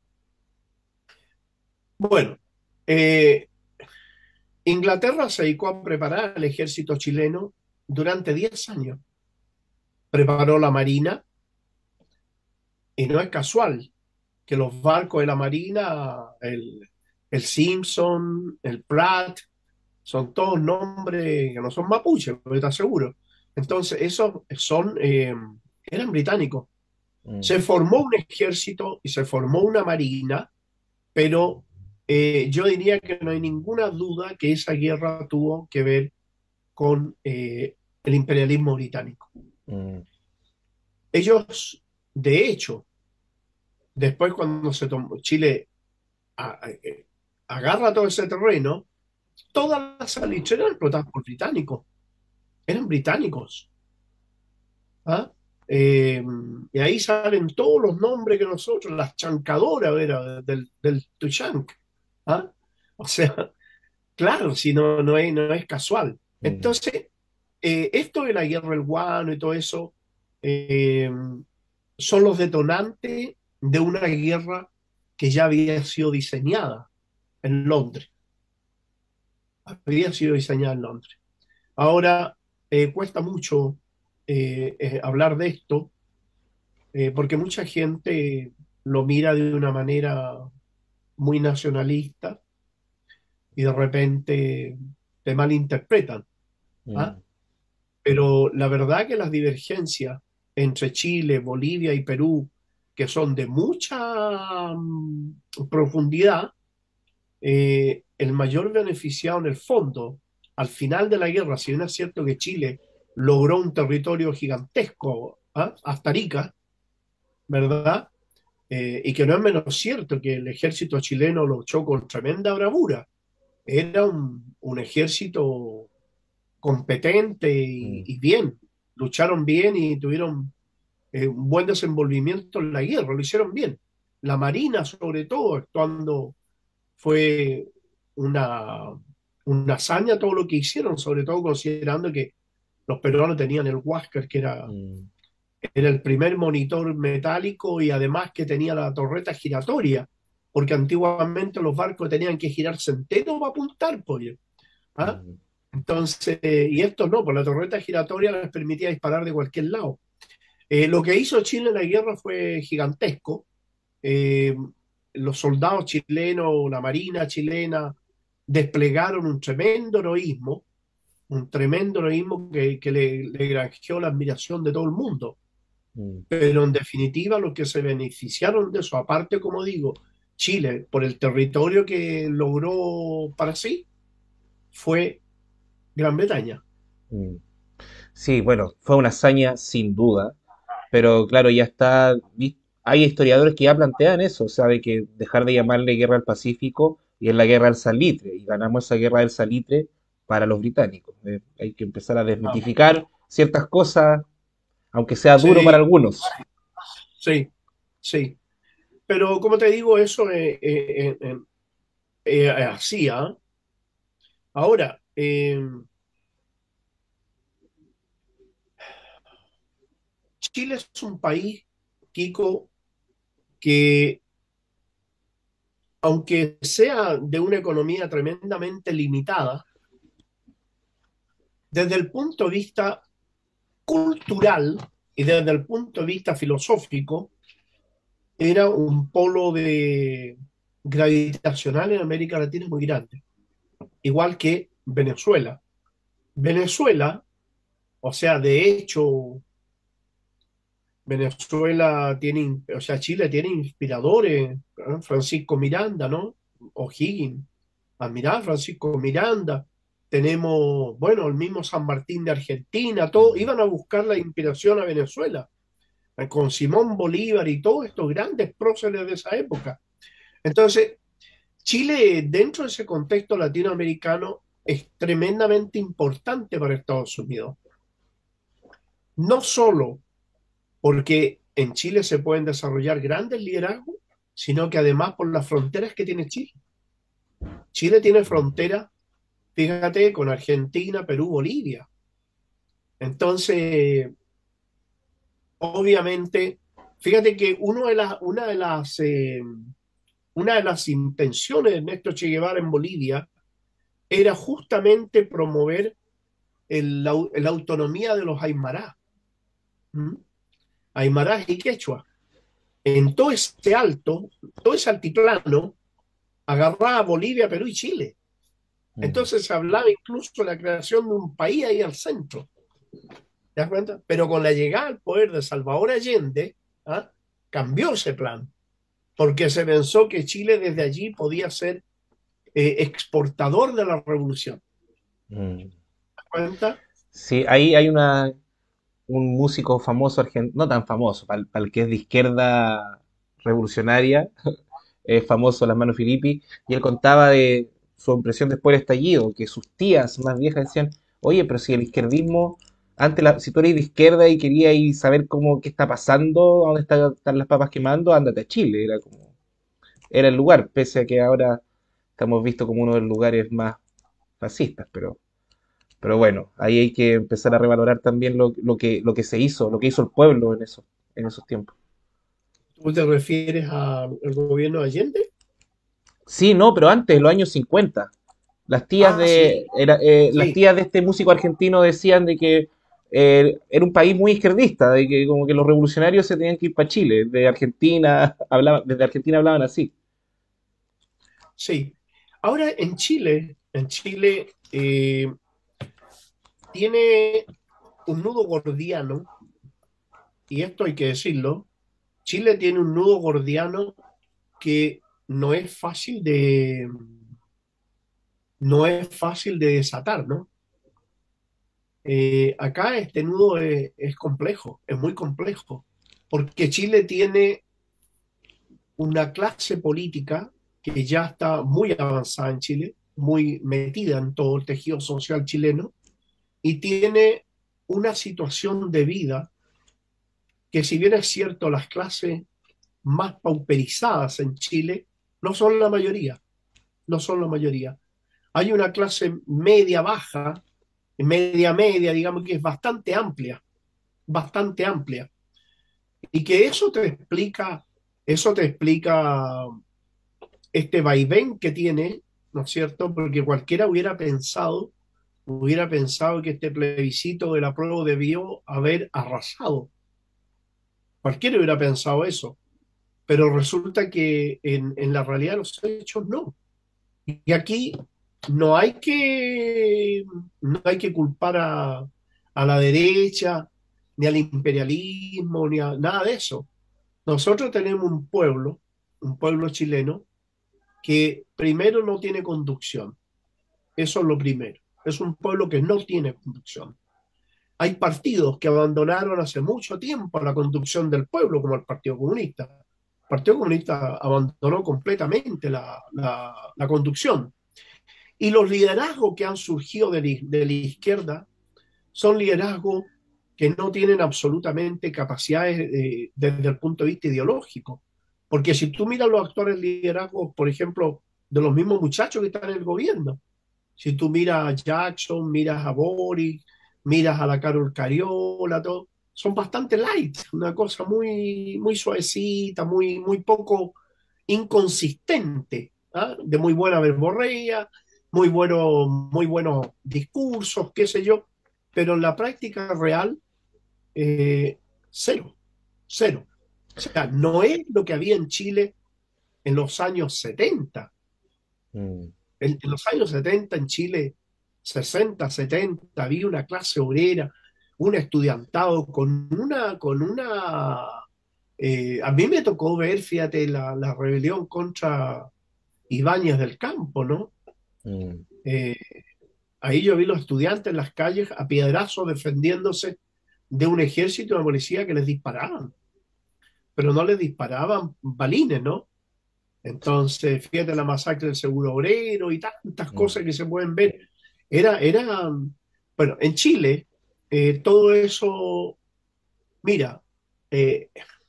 Bueno, eh, Inglaterra se dedicó a preparar al ejército chileno durante 10 años. Preparó la marina y no es casual que los barcos de la marina, el Simpson, el Pratt, son todos nombres que no son mapuches, pero te aseguro. Entonces, eran británicos. Mm, Se formó un ejército y se formó una marina, pero yo diría que no hay ninguna duda que esa guerra tuvo que ver con el imperialismo británico. mm, Ellos, de hecho, después cuando se tomó Chile agarra todo ese terreno, todas las salitres eran explotadas por británicos, eran británicos. ¿Ah? Eh, y ahí salen todos los nombres que nosotros, las chancadoras era del Tuchank. ¿Ah? O sea, claro, si no es casual. mm, Entonces, esto de la guerra del guano y todo eso eh, son los detonantes de una guerra que ya había sido diseñada en Londres. Había sido diseñada en Londres. Ahora, cuesta mucho hablar de esto porque mucha gente lo mira de una manera muy nacionalista y de repente te malinterpretan. ¿Ah? mm, Pero la verdad que las divergencias entre Chile, Bolivia y Perú, que son de mucha profundidad, el mayor beneficiado en el fondo, al final de la guerra, si bien es cierto que Chile logró un territorio gigantesco, ¿ah? Hasta Arica, ¿verdad? Y que no es menos cierto que el ejército chileno luchó con tremenda bravura. Era un ejército competente mm, y bien, lucharon bien y tuvieron un buen desenvolvimiento en la guerra, lo hicieron bien. La Marina, sobre todo, actuando, fue una, una hazaña todo lo que hicieron, sobre todo considerando que los peruanos tenían el Huáscar, que mm, era el primer monitor metálico y además que tenía la torreta giratoria. porque antiguamente los barcos tenían que girarse enteros para apuntar, pollo. ¿Ah? mm, Entonces, y esto no, pues la torreta giratoria les permitía disparar de cualquier lado. Lo que hizo Chile en la guerra fue gigantesco. Eh, los soldados chilenos, la marina chilena, desplegaron un tremendo heroísmo que le granjeó la admiración de todo el mundo. mm, Pero en definitiva, los que se beneficiaron de eso, aparte, como digo, Chile, por el territorio que logró para sí, fue Gran Bretaña. mm. Sí, bueno, fue una hazaña sin duda, pero claro, ya está, hay historiadores que ya plantean eso, o sea, de que dejar de llamarle guerra al Pacífico y es la guerra al salitre, y ganamos esa guerra del salitre para los británicos. Hay que empezar a Ah, desmitificar ciertas cosas, aunque sea duro para sí, algunos. sí, sí. Pero como te digo, eso así, ¿ah? Ahora, Chile es un país, Kiko, que aunque sea de una economía tremendamente limitada, desde el punto de vista cultural y desde el punto de vista filosófico, era un polo de gravitacional en América Latina muy grande, igual que Venezuela. Venezuela, o sea, de hecho, Venezuela tiene, o sea, Chile tiene inspiradores, ¿no? Francisco Miranda, ¿no? O'Higgins, admirar Francisco Miranda. Tenemos, bueno, el mismo San Martín de Argentina, todos Mm, iban a buscar la inspiración a Venezuela, con Simón Bolívar y todos estos grandes próceres de esa época. Entonces, Chile, dentro de ese contexto latinoamericano, es tremendamente importante para Estados Unidos. No solo porque en Chile se pueden desarrollar grandes liderazgos, sino que además por las fronteras que tiene Chile. Chile tiene mm, frontera, fíjate, con Argentina, Perú, Bolivia. Entonces, obviamente, fíjate que una de las intenciones de Ernesto Che Guevara en Bolivia era justamente promover la autonomía de los aymarás, ¿m? Aymarás y quechua. En todo ese altiplano, agarraba Bolivia, Perú y Chile. mm. Entonces se hablaba incluso de la creación de un país ahí al centro, ¿te das cuenta? Pero con la llegada al poder de Salvador Allende, ¿ah? Cambió ese plan, porque se pensó que Chile desde allí podía ser exportador de la revolución. Mm. ¿Te das cuenta? Sí, ahí hay un músico famoso argentino, no tan famoso, para el que es de izquierda revolucionaria, es famoso Las Manos Filippi, y él contaba de su impresión después del estallido, que sus tías más viejas decían, oye, pero si el izquierdismo, antes si tú eres de izquierda y querías ir saber cómo, qué está pasando, dónde están las papas quemando, ándate a Chile, era como, era el lugar, pese a que ahora estamos vistos como uno de los lugares más fascistas, pero bueno, ahí hay que empezar a revalorar también lo que se hizo, lo que hizo el pueblo en esos tiempos. ¿Tú te refieres al gobierno de Allende? Sí, no, pero antes, en los años 50, Ah, sí, las sí, tías de este músico argentino decían de que era un país muy izquierdista, de que como que los revolucionarios se tenían que ir para Chile, de Argentina, desde Argentina hablaban así. sí. Ahora en Chile tiene un nudo gordiano, y esto hay que decirlo. Chile tiene un nudo gordiano que no es fácil no es fácil de desatar, ¿no? Acá este nudo es complejo, es muy complejo, porque Chile tiene una clase política que ya está muy avanzada en Chile, muy metida en todo el tejido social chileno, y tiene una situación de vida que, si bien es cierto, las clases más pauperizadas en Chile no son la mayoría, no son la mayoría. Hay una clase media baja, media media, digamos, que es bastante amplia, y que eso te explica este vaivén que tiene, ¿no es cierto? Porque cualquiera hubiera pensado que este plebiscito del apruebo debió haber arrasado. Cualquiera hubiera pensado eso, pero resulta que en la realidad de los hechos no. Y aquí no hay que, no hay que culpar a la derecha, ni al imperialismo, ni a nada de eso. Nosotros tenemos un pueblo chileno, que primero no tiene conducción. Eso es lo primero. Es un pueblo que no tiene conducción. Hay partidos que abandonaron hace mucho tiempo la conducción del pueblo, como el Partido Comunista. El Partido Comunista abandonó completamente la conducción. Y los liderazgos que han surgido de la izquierda son liderazgos que no tienen absolutamente capacidades desde el punto de vista ideológico. Porque si tú miras los actuales liderazgos, por ejemplo, de los mismos muchachos que están en el gobierno, si tú miras a Jackson, miras a Boric, miras a la Carol Cariola, todo, son bastante light, una cosa muy, muy suavecita, muy, muy poco inconsistente, ¿ah? De muy buena verborrea, muy buenos discursos, qué sé yo, pero en la práctica real, eh, cero, cero. O sea, no es lo que había en Chile en los años 70. Mm. En los años 70 en Chile, 60 70 había una clase obrera, un estudiantado a mí me tocó ver, fíjate, la rebelión contra Ibáñez del Campo, ¿no? Mm. Eh, Ahí yo vi los estudiantes en las calles a piedrazos defendiéndose de un ejército de policía que les disparaban, pero no les disparaban balines, ¿no? Entonces, fíjate la masacre del Seguro Obrero y tantas Mm. cosas que se pueden ver. Era, bueno, en Chile, todo eso, mira, eh,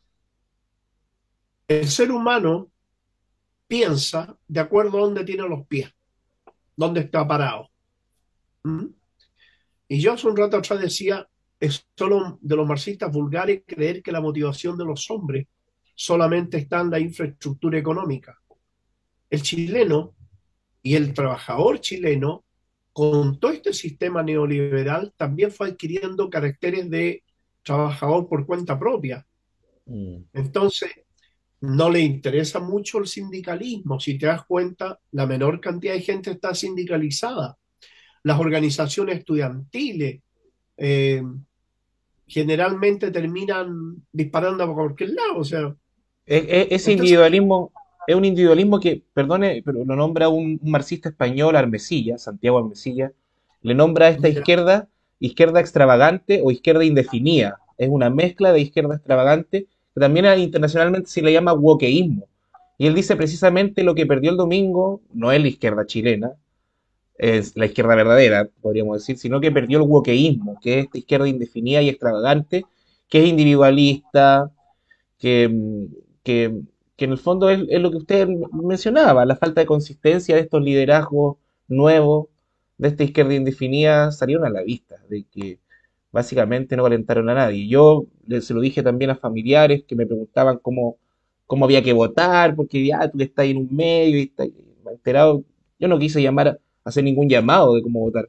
el ser humano piensa de acuerdo a dónde tiene los pies, dónde está parado. ¿Mm? Y yo hace un rato atrás decía, es solo de los marxistas vulgares creer que la motivación de los hombres solamente está en la infraestructura económica. El chileno y el trabajador chileno, con todo este sistema neoliberal, también fue adquiriendo caracteres de trabajador por cuenta propia. Mm. Entonces, no le interesa mucho el sindicalismo. Si te das cuenta, la menor cantidad de gente está sindicalizada. Las organizaciones estudiantiles eh, generalmente terminan disparando por cualquier lado. O sea, Ese entonces, individualismo es un individualismo que, perdone, pero lo nombra un marxista español, Armesilla, Santiago Armesilla, le nombra a esta mira, izquierda, izquierda extravagante o izquierda indefinida. Es una mezcla de izquierda extravagante, que también internacionalmente se le llama wokeísmo. Y él dice precisamente lo que perdió el domingo, no es la izquierda chilena, es la izquierda verdadera, podríamos decir, sino que perdió el wokeísmo, que es esta izquierda indefinida y extravagante, que es individualista, que, que, que en el fondo es lo que usted mencionaba, la falta de consistencia de estos liderazgos nuevos, de esta izquierda indefinida, salieron a la vista, de que básicamente no calentaron a nadie. Yo se lo dije también a familiares que me preguntaban cómo había que votar, porque ya tú que estás en un medio y estás enterado. Yo no quise llamar a hacer ningún llamado de cómo votar,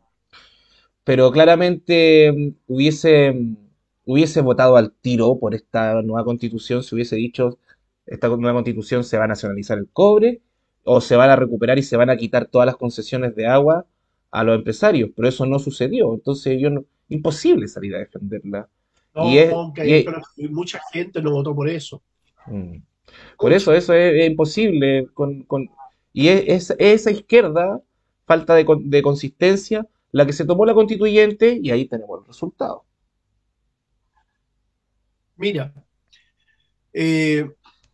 pero claramente hubiese votado al tiro por esta nueva constitución si hubiese dicho esta nueva constitución se va a nacionalizar el cobre o se van a recuperar y se van a quitar todas las concesiones de agua a los empresarios, pero eso no sucedió, entonces yo no, imposible salir a defenderla. Y no, es, y es- pero mucha gente no votó por eso. mm, por eso, Mucha. eso es imposible y es esa izquierda, falta de consistencia, la que se tomó la constituyente y ahí tenemos el resultado. Mira, eh,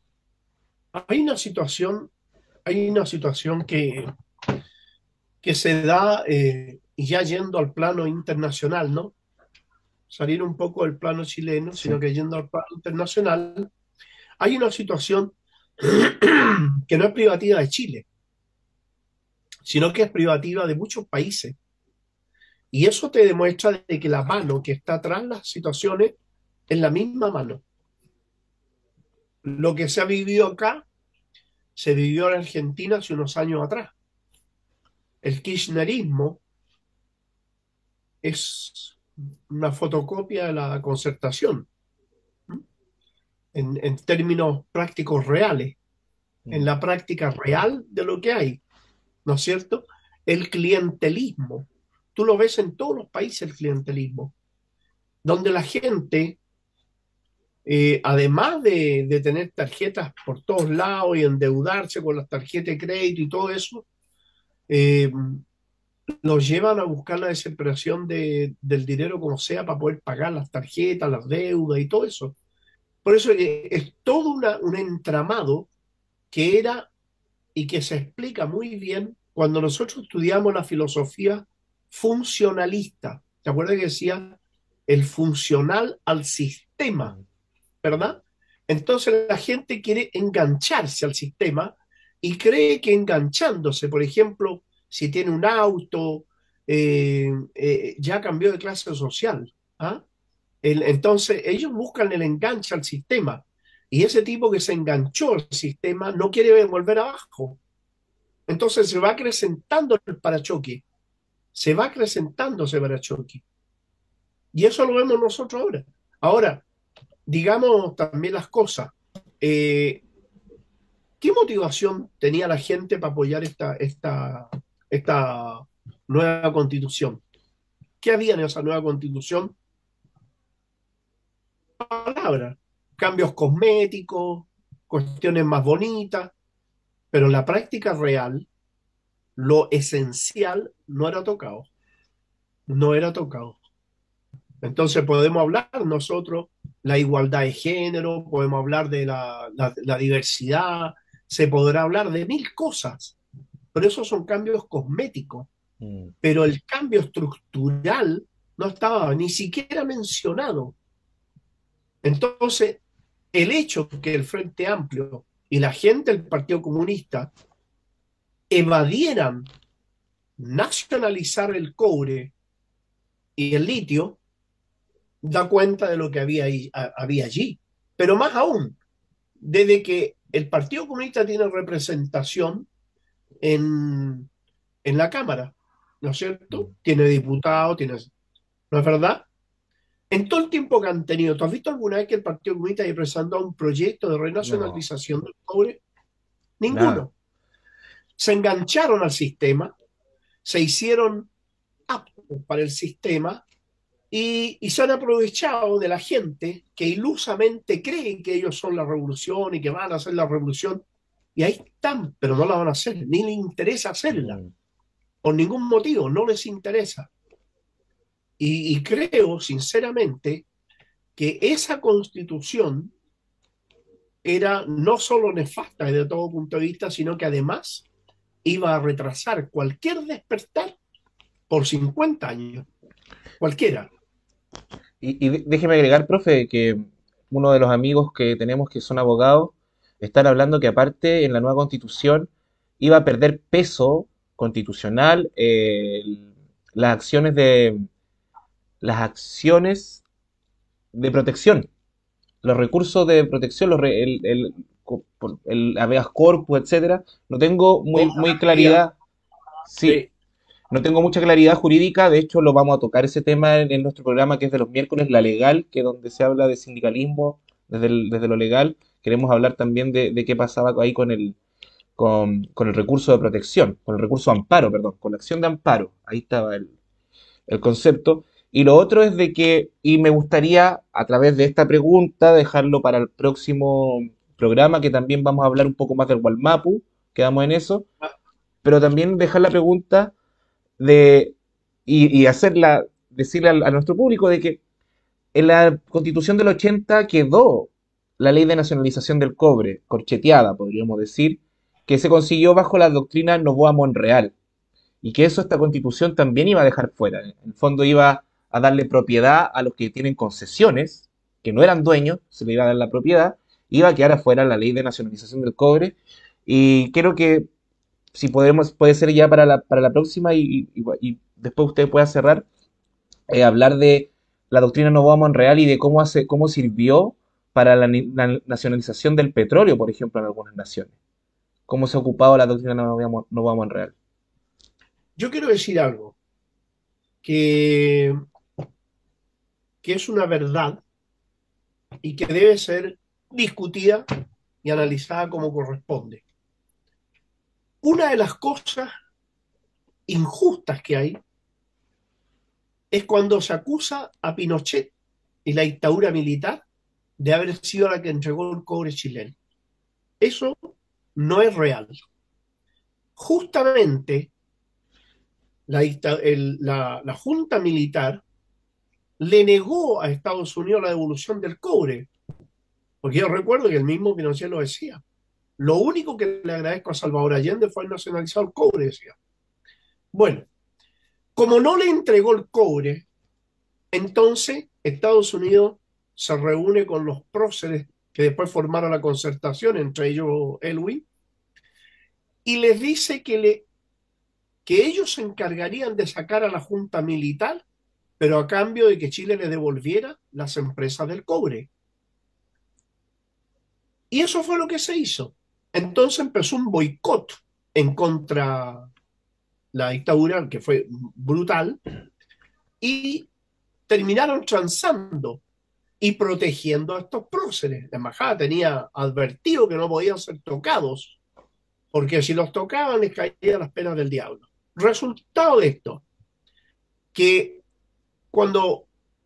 hay una situación que se da ya yendo al plano internacional, ¿no? Salir un poco del plano chileno, Sí. sino que yendo al plano internacional, hay una situación que no es privativa de Chile, sino que es privativa de muchos países. Y eso te demuestra de que la mano que está atrás de las situaciones es la misma mano. Lo que se ha vivido acá se vivió en Argentina hace unos años atrás. El kirchnerismo es una fotocopia de la concertación, ¿m? En términos prácticos reales, en Mm, la práctica real de lo que hay, ¿no es cierto? El clientelismo, tú lo ves en todos los países, el clientelismo, donde la gente, además de tener tarjetas por todos lados y endeudarse con las tarjetas de crédito y todo eso, eh, los llevan a buscar la desesperación del dinero como sea para poder pagar las tarjetas, las deudas y todo eso. Por eso es todo un entramado que era y que se explica muy bien cuando nosotros estudiamos la filosofía funcionalista. ¿Te acuerdas que decía el funcional al sistema, mm, verdad? Entonces la gente quiere engancharse al sistema y cree que enganchándose, por ejemplo, si tiene un auto, ya cambió de clase social. ¿Ah? Entonces ellos buscan el enganche al sistema y ese tipo que se enganchó al sistema no quiere volver abajo. Entonces se va acrecentando el parachoque, se va acrecentando ese parachoque. Y eso lo vemos nosotros ahora. Ahora, digamos también las cosas. Eh, ¿Qué motivación tenía la gente para apoyar esta nueva constitución? ¿Qué había en esa nueva constitución? Palabras, cambios cosméticos, cuestiones más bonitas, pero en la práctica real, lo esencial no era tocado, no era tocado. Entonces podemos hablar nosotros la igualdad de género, podemos hablar de la diversidad, se podrá hablar de mil cosas, pero esos son cambios cosméticos. mm. Pero el cambio estructural no estaba ni siquiera mencionado. Entonces, el hecho que el Frente Amplio y la gente del Partido Comunista evadieran nacionalizar el cobre y el litio, da cuenta de lo que había allí. Pero más aún, desde que el Partido Comunista tiene representación en, en la Cámara, ¿no es cierto? Mm. Tiene diputados, ¿no es verdad? En todo el tiempo que han tenido, ¿tú has visto alguna vez que el Partido Comunista haya presentado un proyecto de No, renacionalización del cobre? nada. Ninguno. Se engancharon al sistema, se hicieron aptos para el sistema y se han aprovechado de la gente que ilusamente cree que ellos son la revolución y que van a hacer la revolución. Y ahí están, pero no la van a hacer, ni les interesa hacerla, Mm. por ningún motivo, no les interesa. Y creo, sinceramente, que esa constitución era no solo nefasta desde todo punto de vista, sino que además iba a retrasar cualquier despertar por 50 años, cualquiera. Y déjeme agregar, profe, que uno de los amigos que tenemos que son abogados están hablando que aparte en la nueva constitución iba a perder peso constitucional las acciones de protección, los recursos de protección, el habeas corpus, etcétera. No tengo O muy sea, claridad, sí, sí, no tengo mucha claridad jurídica, de hecho lo vamos a tocar ese tema en nuestro programa que es de los miércoles, La Legal, que es donde se habla de sindicalismo desde lo legal. Queremos hablar también de qué pasaba ahí con el recurso de protección, con el recurso de amparo, perdón, con la acción de amparo. Ahí estaba el concepto. Y lo otro es de que, y me gustaría a través de esta pregunta dejarlo para el próximo programa, que también vamos a hablar un poco más del Walmapu, quedamos en eso, pero también dejar la pregunta de, y hacerla, decirle a nuestro público de que en la Constitución del 80 quedó la ley de nacionalización del cobre, corcheteada, podríamos decir, que se consiguió bajo la doctrina Novoa-Monreal, y que eso esta Constitución también iba a dejar fuera. En el fondo iba a darle propiedad a los que tienen concesiones, que no eran dueños, se le iba a dar la propiedad, iba a quedar afuera la ley de nacionalización del cobre, y creo que si podemos, puede ser ya para la próxima y después usted pueda cerrar, hablar de la doctrina Novoa Monreal y de cómo sirvió para la nacionalización del petróleo, por ejemplo, en algunas naciones. cómo se ha ocupado la doctrina Novoa Monreal. Yo quiero decir algo que, que es una verdad y que debe ser discutida y analizada como corresponde. Una de las cosas injustas que hay es cuando se acusa a Pinochet y la dictadura militar de haber sido la que entregó el cobre chileno. Eso no es real. Justamente la Junta Militar le negó a Estados Unidos la devolución del cobre, porque yo recuerdo que el mismo Pinochet lo decía. Lo único que le agradezco a Salvador Allende fue el nacionalizar el cobre, decía. Bueno, como no le entregó el cobre, entonces Estados Unidos se reúne con los próceres que después formaron la concertación, entre ellos Elwin, y les dice que ellos se encargarían de sacar a la Junta Militar, pero a cambio de que Chile le devolviera las empresas del cobre. Y eso fue lo que se hizo. Entonces empezó un boicot en contra de la dictadura, que fue brutal, y terminaron transando y protegiendo a estos próceres. La embajada tenía advertido que no podían ser tocados, porque si los tocaban les caían las penas del diablo. Resultado de esto, que cuando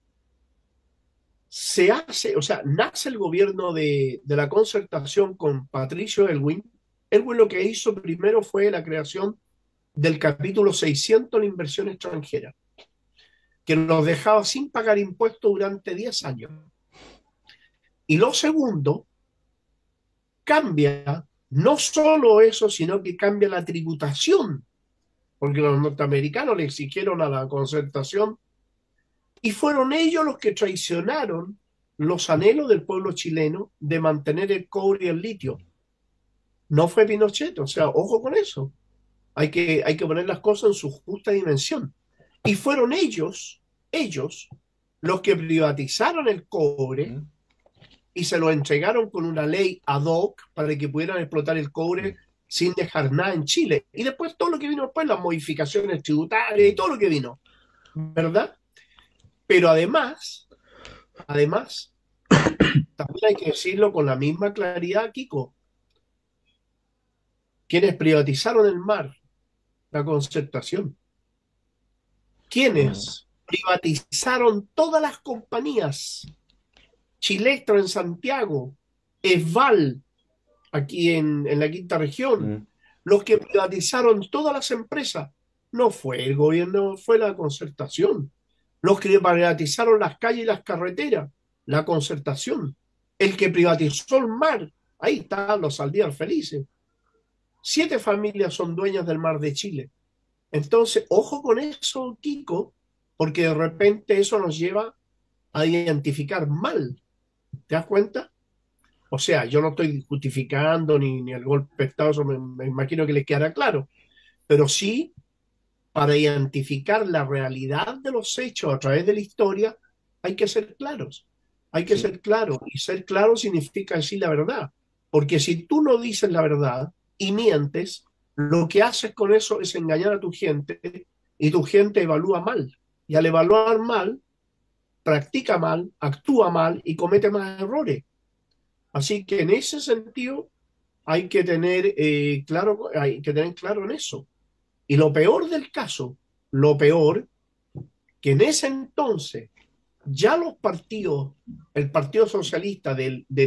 se hace, o sea, nace el gobierno de la concertación con Patricio Elwin, Elwin lo que hizo primero fue la creación del capítulo 600 de la inversión extranjera, que nos dejaba sin pagar impuestos durante 10 años. Y lo segundo, cambia no solo eso, sino que cambia la tributación, porque los norteamericanos le exigieron a la concertación y fueron ellos los que traicionaron los anhelos del pueblo chileno de mantener el cobre y el litio. No fue Pinochet, o sea, ojo con eso. Hay que poner las cosas en su justa dimensión. Y fueron ellos, los que privatizaron el cobre ¿Mm? y se lo entregaron con una ley ad hoc para que pudieran explotar el cobre sin dejar nada en Chile. Y después todo lo que vino después, las modificaciones tributarias y todo lo que vino, ¿verdad? Pero además, también hay que decirlo con la misma claridad, Kiko, quienes privatizaron el mar, la concertación, Mm, quienes privatizaron todas las compañías, Chilectra en Santiago, Esval aquí en la quinta región, mm. los que privatizaron todas las empresas, no fue el gobierno, fue la concertación. Los que privatizaron las calles y las carreteras, la concertación. El que privatizó el mar, ahí están los Saldívar felices. 7 familias son dueñas del mar de Chile. Entonces, ojo con eso, Kiko, porque de repente eso nos lleva a identificar mal. ¿Te das cuenta? O sea, yo no estoy justificando ni el golpe de Estado, eso me imagino que les quedará claro, pero sí para identificar la realidad de los hechos a través de la historia, hay que ser claros. Hay que Sí, ser claros. Y ser claro significa decir la verdad. Porque si tú no dices la verdad y mientes, lo que haces con eso es engañar a tu gente y tu gente evalúa mal. Y al evaluar mal, practica mal, actúa mal y comete más errores. Así que en ese sentido hay que tener claro en eso. Y lo peor del caso, lo peor, que en ese entonces ya los partidos, el Partido Socialista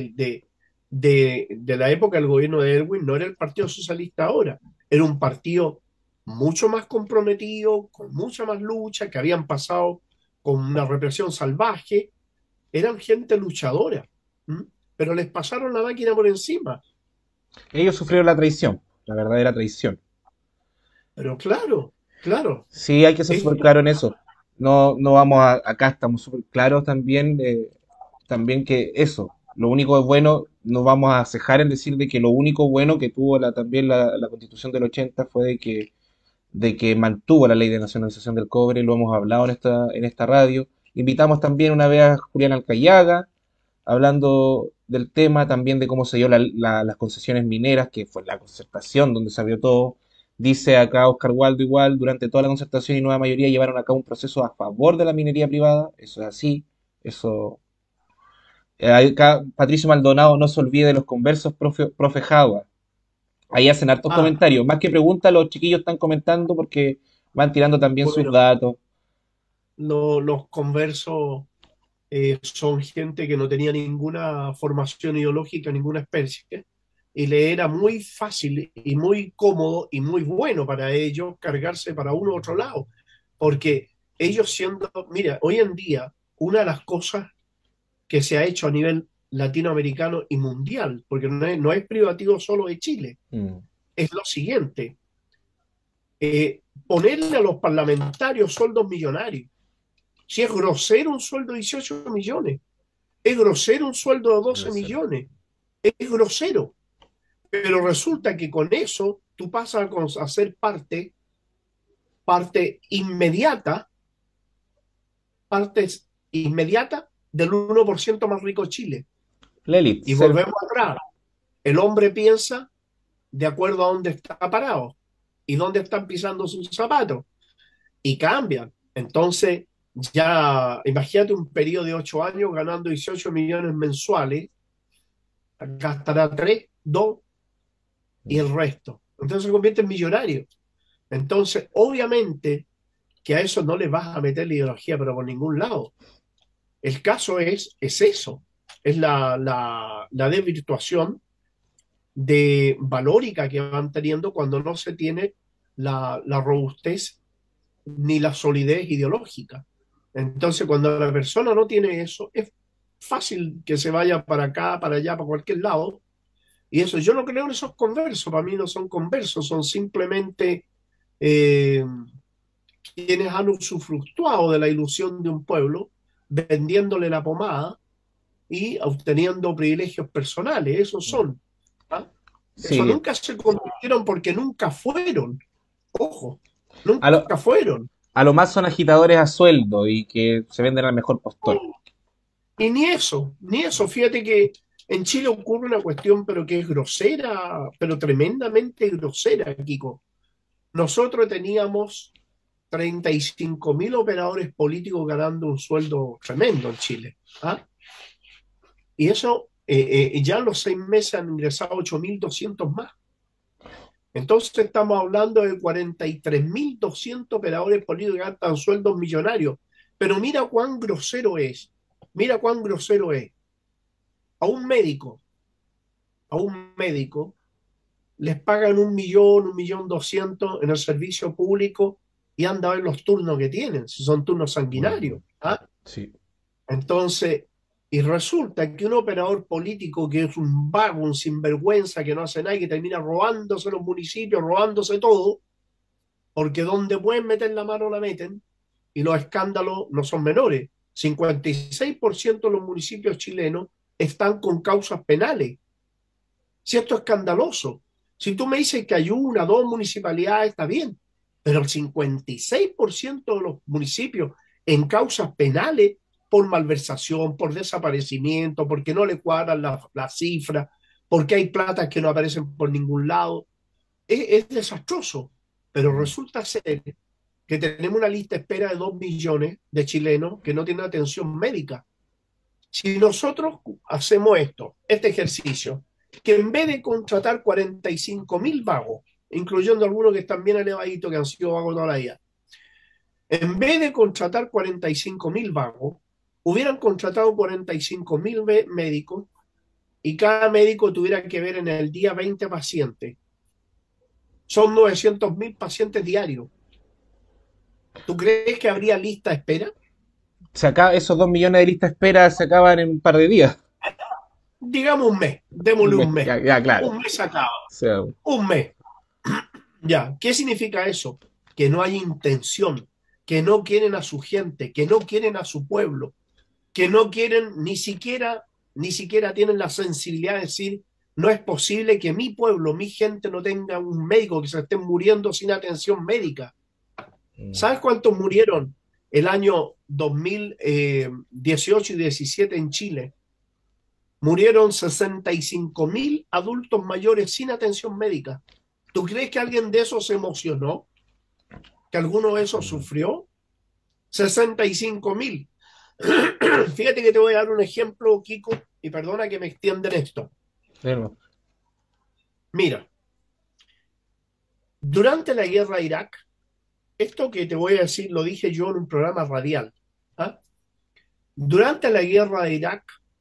de la época del gobierno de Erwin no era el Partido Socialista ahora, era un partido mucho más comprometido, con mucha más lucha, que habían pasado con una represión salvaje, eran gente luchadora, ¿m? Pero les pasaron la máquina por encima. ellos sufrieron la traición, la verdadera traición. Pero claro, claro, Sí, hay que ser es, súper claro en eso. No, no vamos acá estamos súper claros también, también que eso, lo único bueno, no vamos a cejar en decir de que lo único bueno que tuvo también la Constitución del 80 fue de que mantuvo la ley de nacionalización del cobre, lo hemos hablado en esta radio. Invitamos también una vez a Julián Alcayaga, hablando del tema, también de cómo se dio las concesiones mineras, que fue la concertación donde se abrió todo. Dice acá Oscar Waldo igual, durante toda la concertación y nueva mayoría llevaron a cabo un proceso a favor de la minería privada, eso es así, eso... acá Patricio Maldonado no se olvide de los conversos, profe Jadua. Ahí hacen hartos Ah, comentarios, más que preguntas los chiquillos están comentando porque van tirando también sus bueno, datos. los conversos son gente que no tenía ninguna formación ideológica, ninguna especie, y le era muy fácil y muy cómodo y muy bueno para ellos cargarse para uno u otro lado, porque ellos siendo, mira, hoy en día, una de las cosas que se ha hecho a nivel latinoamericano y mundial, porque no es privativo solo de Chile, Mm. es lo siguiente, ponerle a los parlamentarios sueldos millonarios. Si es grosero un sueldo de 18 millones, es grosero un sueldo de 12 Grosero. millones, es grosero. Pero resulta que con eso tú pasas a ser parte inmediata, parte inmediata del 1% más rico de Chile. La elite, Y ser... volvemos atrás. El hombre piensa de acuerdo a dónde está parado y dónde están pisando sus zapatos y cambian. Entonces, ya imagínate un periodo de 8 años ganando 18 millones mensuales, gastará 3, 2 y el resto. Entonces se convierte en millonario. Entonces, obviamente que a eso no le vas a meter la ideología, pero por ningún lado. El caso es eso, es la desvirtuación de valórica que van teniendo cuando no se tiene la robustez ni la solidez ideológica. Entonces, cuando la persona no tiene eso, es fácil que se vaya para acá, para allá, para cualquier lado. Y eso, yo no creo en esos conversos, para mí no son conversos, son simplemente eh, quienes han usufructuado de la ilusión de un pueblo, vendiéndole la pomada y obteniendo privilegios personales, esos son. ¿Ah? Eso Sí, nunca se convirtieron porque nunca fueron, ojo, a lo, nunca fueron. a lo más son agitadores a sueldo y que se venden al mejor postor. Y ni eso, fíjate que en Chile ocurre una cuestión, pero que es grosera, pero tremendamente grosera, Kiko. Nosotros teníamos 35.000 operadores políticos ganando un sueldo tremendo en Chile. ¿Ah? Y eso, ya en los 6 meses han ingresado 8.200 más. Entonces estamos hablando de 43.200 operadores políticos que gastan sueldos millonarios. Pero mira cuán grosero es. Mira cuán grosero es. A un médico, a un médico les pagan 1 millón, 1.200.000 en el servicio público y anda a ver los turnos que tienen, si son turnos Ujú. sanguinarios. ¿Ah? Sí. Entonces, y resulta que un operador político que es un vago, un sinvergüenza, que no hace nada y que termina robándose los municipios, robándose todo, porque donde pueden meter la mano la meten, y los escándalos no son menores. 56% de los municipios chilenos están con causas penales. Si esto es escandaloso, si tú me dices que hay una, dos municipalidades, está bien, pero el 56% de los municipios en causas penales por malversación, por desaparecimiento, porque no le cuadran la cifra, porque hay platas que no aparecen por ningún lado, es desastroso. Pero Mm. resulta ser que tenemos una lista de espera de 2 millones de chilenos que no tienen atención médica. Si nosotros hacemos este ejercicio, que en vez de contratar 45.000 vagos, incluyendo algunos que están bien elevaditos, que han sido vagos toda la vida, en vez de contratar 45.000 vagos, hubieran contratado 45.000 médicos y cada médico tuviera que ver en el día 20 pacientes. Son 900.000 pacientes diarios. ¿Tú crees que habría lista de espera? Esos 2 millones de listas de espera se acaban en un par de días. Digamos un mes, Un démosle mes, un mes. ya, ya, claro. Un mes acaba, O sea, un mes. Ya, ¿qué significa eso? Que no hay intención, que no quieren a su gente, que no quieren a su pueblo, que no quieren ni siquiera tienen la sensibilidad de decir, no es posible que mi pueblo, mi gente no tenga un médico, que se estén muriendo sin atención médica. mm, ¿Sabes cuántos murieron el año 2018 y 17 en Chile? Murieron 65.000 adultos mayores sin atención médica. ¿Tú crees que alguien de esos se emocionó? ¿Que alguno de esos Mm. sufrió? 65.000. Fíjate que te voy a dar un ejemplo, Kiko, y perdona que me extienda en esto. Claro. Mira, durante la guerra de Irak, esto que te voy a decir lo dije yo en un programa radial. ¿Ah? Durante la guerra de Irak,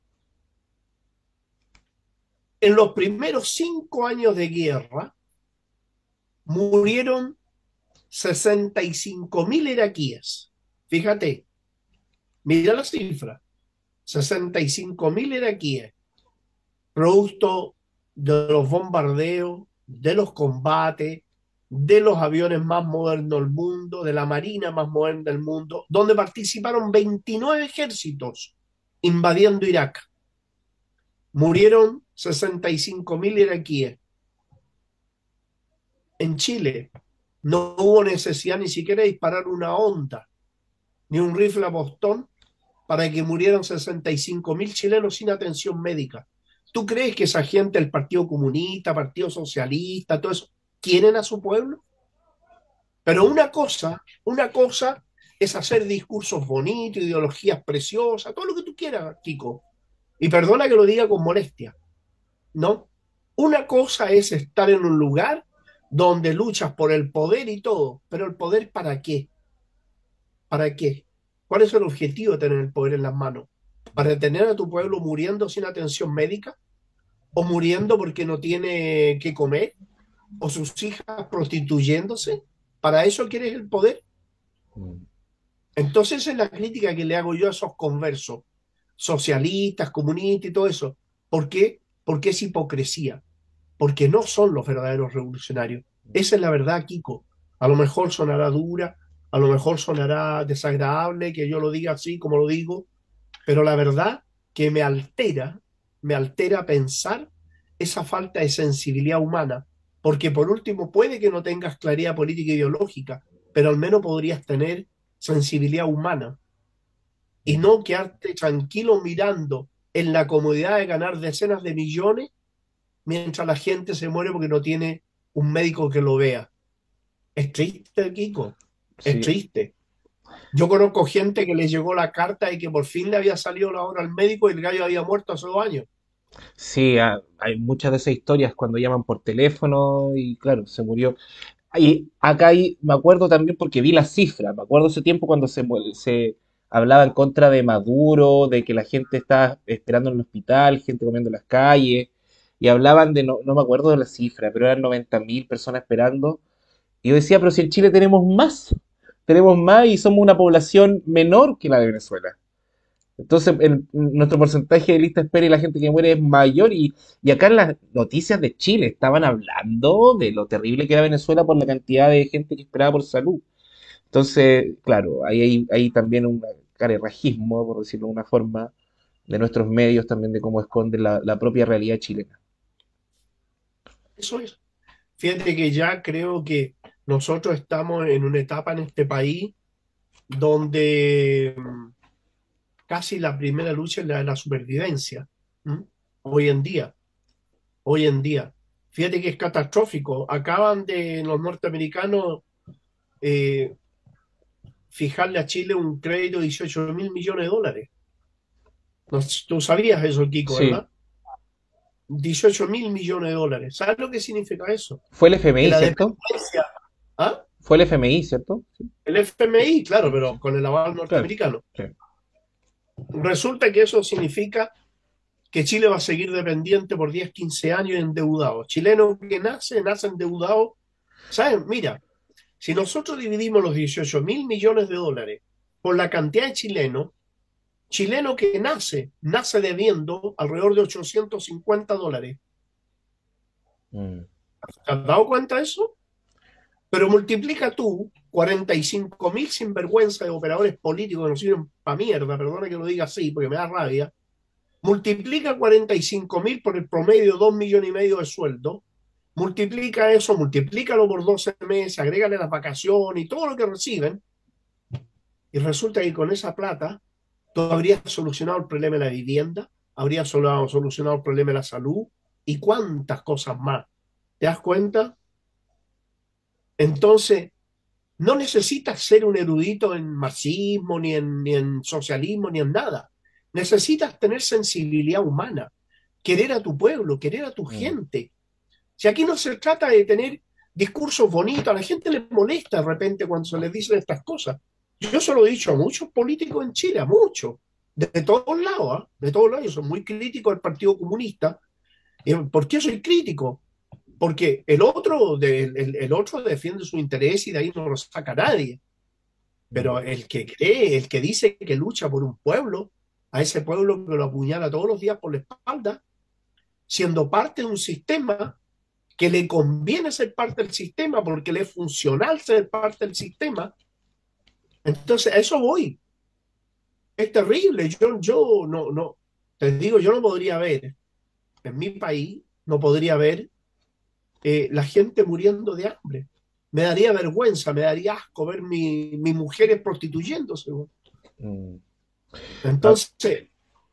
en los primeros 5 años de guerra, murieron 65.000 iraquíes. Fíjate, mira la cifra, 65.000 iraquíes, producto de los bombardeos, de los combates, de los aviones más modernos del mundo, de la marina más moderna del mundo, donde participaron 29 ejércitos invadiendo Irak. Murieron 65.000 iraquíes. En Chile no hubo necesidad ni siquiera de disparar una onda, ni un rifle a bostón para que murieran 65.000 chilenos sin atención médica. ¿Tú crees que esa gente, el Partido Comunista, Partido Socialista, todo eso, quieren a su pueblo? Pero una cosa es hacer discursos bonitos, ideologías preciosas, todo lo que tú quieras, Kiko. Y perdona que lo diga con molestia, ¿no? Una cosa es estar en un lugar donde luchas por el poder y todo, pero ¿el poder para qué? ¿Para qué? ¿Cuál es el objetivo de tener el poder en las manos? ¿Para tener a tu pueblo muriendo sin atención médica? ¿O muriendo porque no tiene que comer? ¿O sus hijas prostituyéndose? ¿Para eso quieres el poder? Mm. Entonces esa es la crítica que le hago yo a esos conversos, socialistas, comunistas y todo eso. ¿Por qué? Porque es hipocresía, porque no son los verdaderos revolucionarios. Esa es la verdad, Kiko. A lo mejor sonará dura, a lo mejor sonará desagradable que yo lo diga así como lo digo, pero la verdad que me altera pensar esa falta de sensibilidad humana, porque por último puede que no tengas claridad política e ideológica, pero al menos podrías tener sensibilidad humana y Mm. no quedarte tranquilo mirando en la comodidad de ganar decenas de millones mientras la gente se muere porque no tiene un médico que lo vea. Es triste, Kiko, es Sí, triste. Yo conozco gente que le llegó la carta y que por fin le había salido la hora al médico y el gallo había muerto hace 2 años. sí, hay muchas de esas historias cuando llaman por teléfono y claro, se murió. Y acá me acuerdo también porque vi las cifras, me acuerdo ese tiempo cuando se hablaba en contra de Maduro, de que la gente estaba esperando en el hospital, gente comiendo en las calles, y hablaban de, no me acuerdo de la cifra, pero eran 90.000 personas esperando. Y yo decía, pero si en Chile tenemos más y somos una población menor que la de Venezuela. Entonces, nuestro porcentaje de lista de espera y la gente que muere es mayor. Y acá en las noticias de Chile estaban hablando de lo terrible que era Venezuela por la cantidad de gente que esperaba por salud. Entonces, claro, ahí hay también un carerrajismo, por decirlo de una forma, de nuestros medios también de cómo esconden la propia realidad chilena. Eso es. Fíjate que ya creo que nosotros estamos en una etapa en este país donde casi la primera lucha es la de la supervivencia. ¿M? Hoy en día, hoy en día. Fíjate que es catastrófico. Acaban de los norteamericanos eh, fijarle a Chile un crédito de 18.000 millones de dólares. No, tú sabías eso, Kiko, Sí, ¿verdad? 18.000 millones de dólares. ¿Sabes lo que significa eso? fue el Que FMI, la ¿cierto? dependencia, ¿ah? Fue el FMI, ¿cierto? Sí, El FMI, claro, pero sí, con el aval claro. norteamericano. Sí. Resulta que eso significa que Chile va a seguir dependiente por 10, 15 años endeudado. Chileno que nace endeudado. ¿Sabes? Mira, si nosotros dividimos los 18.000 millones de dólares por la cantidad de chilenos, chileno que nace debiendo alrededor de 850 dólares. Mm. ¿Te has dado cuenta de eso? Pero multiplica tú 45.000 sinvergüenza de operadores políticos que no sirven para mierda, perdona que lo diga así, porque me da rabia. Multiplica 45.000 por el promedio de 2,5 millones de sueldo. Multiplica eso, multiplícalo por 12 meses, agrégale las vacaciones y todo lo que reciben. Y resulta que con esa plata tú habrías solucionado el problema de la vivienda, habría solucionado el problema de la salud y cuántas cosas más. ¿Te das cuenta? Entonces, no necesitas ser un erudito en marxismo, ni en socialismo, ni en nada. Necesitas tener sensibilidad humana, querer a tu pueblo, querer a tu Mm, gente. Si aquí no se trata de tener discursos bonitos, a la gente le molesta de repente cuando se les dicen estas cosas. Yo se lo he dicho a muchos políticos en Chile, a muchos, de todos lados, ¿ah? De todos lados. Yo soy muy crítico del Partido Comunista. ¿Por qué soy crítico? Porque el otro defiende su interés y de ahí no lo saca nadie. mm. Pero el que cree, el que dice que lucha por un pueblo, a ese pueblo que lo apuñala todos los días por la espalda, siendo parte de un sistema que le conviene ser parte del sistema porque le es funcional ser parte del sistema. Entonces, a eso voy. Es terrible. Yo no, te digo, yo no podría ver, en mi país, no podría ver la gente muriendo de hambre. Me daría vergüenza, me daría asco ver mi mujeres prostituyéndose. Mm. Ah, Entonces,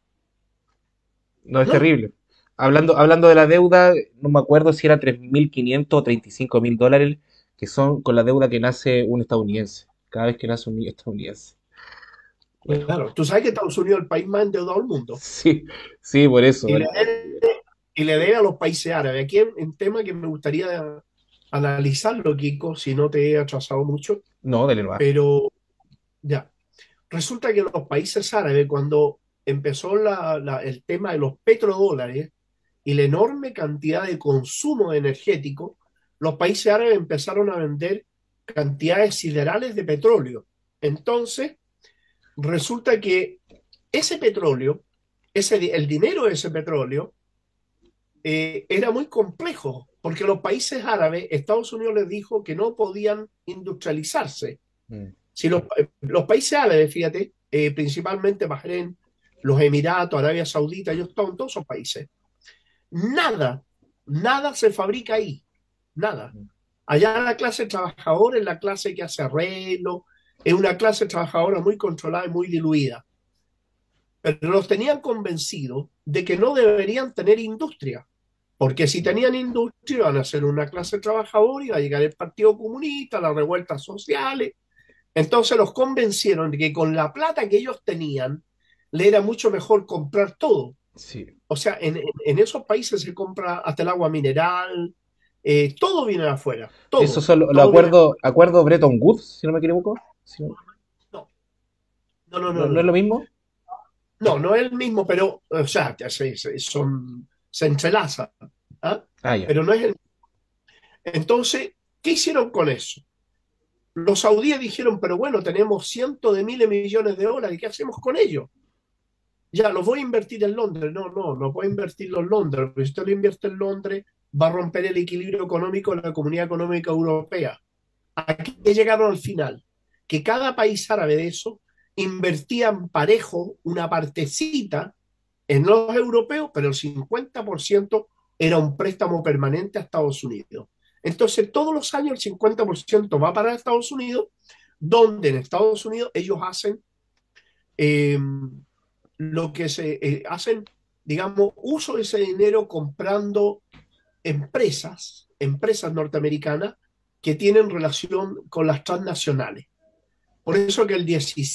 no, es no, terrible. Hablando de la deuda, no me acuerdo si era 3.500 o 35.000 dólares, que son con la deuda que nace un estadounidense, cada vez que nace un niño estadounidense. Bueno, claro, tú sabes que Estados Unidos es el país más endeudado del mundo sí, sí, por eso. y le debe a los países árabes. Aquí es un tema que me gustaría analizarlo, Kiko, si no te he atrasado mucho, No, dele nomás. pero ya. Resulta que los países árabes, cuando empezó el tema de los petrodólares y la enorme cantidad de consumo energético, los países árabes empezaron a vender cantidades siderales de petróleo. Entonces, resulta que ese petróleo, el dinero de ese petróleo, era muy complejo, porque los países árabes, Estados Unidos les dijo que no podían industrializarse. Mm, Si los países árabes, fíjate, principalmente Bahrein, los Emiratos, Arabia Saudita, ellos están en todos esos países. Nada, nada se fabrica ahí, nada. mm. Allá la clase trabajadora es la clase que hace arreglo, es una clase trabajadora muy controlada y muy diluida. Pero los tenían convencidos de que no deberían tener industria, porque si tenían industria iban a ser una clase trabajadora, iba a llegar el Partido Comunista, las revueltas sociales. Entonces los convencieron de que con la plata que ellos tenían, le era mucho mejor comprar todo. Sí. O sea, en esos países se compra hasta el agua mineral, todo viene de afuera, Esos todo, son los todo viene de acuerdos Bretton Woods, si no me equivoco. Si no, no, no, no, no, no, no es lo no, mismo. no, no es el mismo, pero, o sea, se entrelazan, ¿ah? Ah, ya. Pero no es el. Entonces, ¿qué hicieron con eso? Los saudíes dijeron, pero bueno, tenemos cientos de miles de millones de dólares, ¿qué hacemos con ellos? Ya, los voy a invertir en Londres. No, no, no puede invertirlo en Londres, porque si usted lo invierte en Londres, va a romper el equilibrio económico de la Comunidad Económica Europea. Aquí llegaron al final, que cada país árabe de eso invertía en parejo una partecita en los europeos, pero el 50% era un préstamo permanente a Estados Unidos. Entonces, todos los años el 50% va para Estados Unidos, donde en Estados Unidos ellos hacen eh, lo que se hacen, digamos, uso de ese dinero comprando empresas norteamericanas que tienen relación con las transnacionales. Por eso que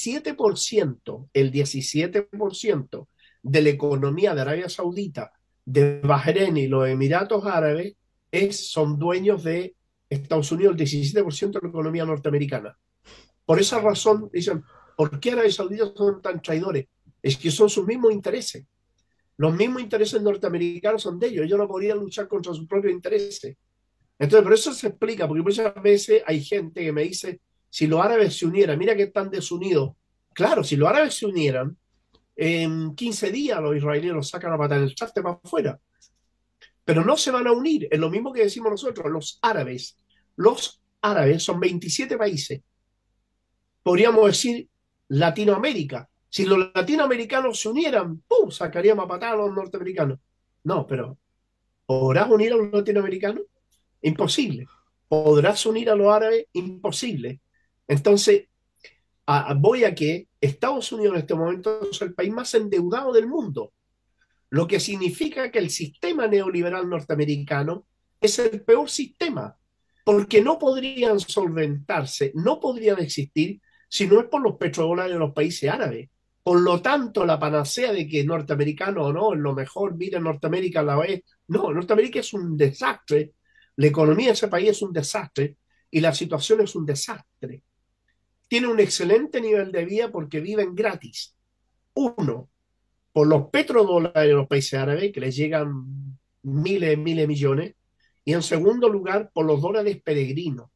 el 17% de la economía de Arabia Saudita, de Bahrein y los Emiratos Árabes son dueños de Estados Unidos, el 17% de la economía norteamericana. Por esa razón, dicen, ¿por qué Arabia Saudita son tan traidores? Es que son sus mismos intereses. Los mismos intereses norteamericanos son de ellos. Ellos no podrían luchar contra sus propios intereses. Entonces, por eso se explica, porque muchas veces hay gente que me dice, si los árabes se unieran, mira que están desunidos. Claro, si los árabes se unieran, en 15 días los israelíes los sacan a patar en el traste para afuera. Pero no se van a unir. Es lo mismo que decimos nosotros, los árabes. Los árabes son 27 países. Podríamos decir Latinoamérica. Si los latinoamericanos se unieran, ¡pum!, sacaríamos a patar a los norteamericanos. No, pero ¿podrás unir a los latinoamericanos? Imposible. ¿Podrás unir a los árabes? Imposible. Entonces, voy a que Estados Unidos en este momento es el país más endeudado del mundo. lo que significa que el sistema neoliberal norteamericano es el peor sistema, porque no podrían solventarse, no podrían existir si no es por los petrodólares de los países árabes. Por lo tanto, la panacea de que norteamericano o no, es lo mejor, mira Norteamérica a la vez. No, Norteamérica es un desastre, la economía de ese país es un desastre y la situación es un desastre. Tiene un excelente nivel de vida porque viven gratis. Uno, por los petrodólares de los países árabes, que les llegan miles de millones, y en segundo lugar, por los dólares peregrinos.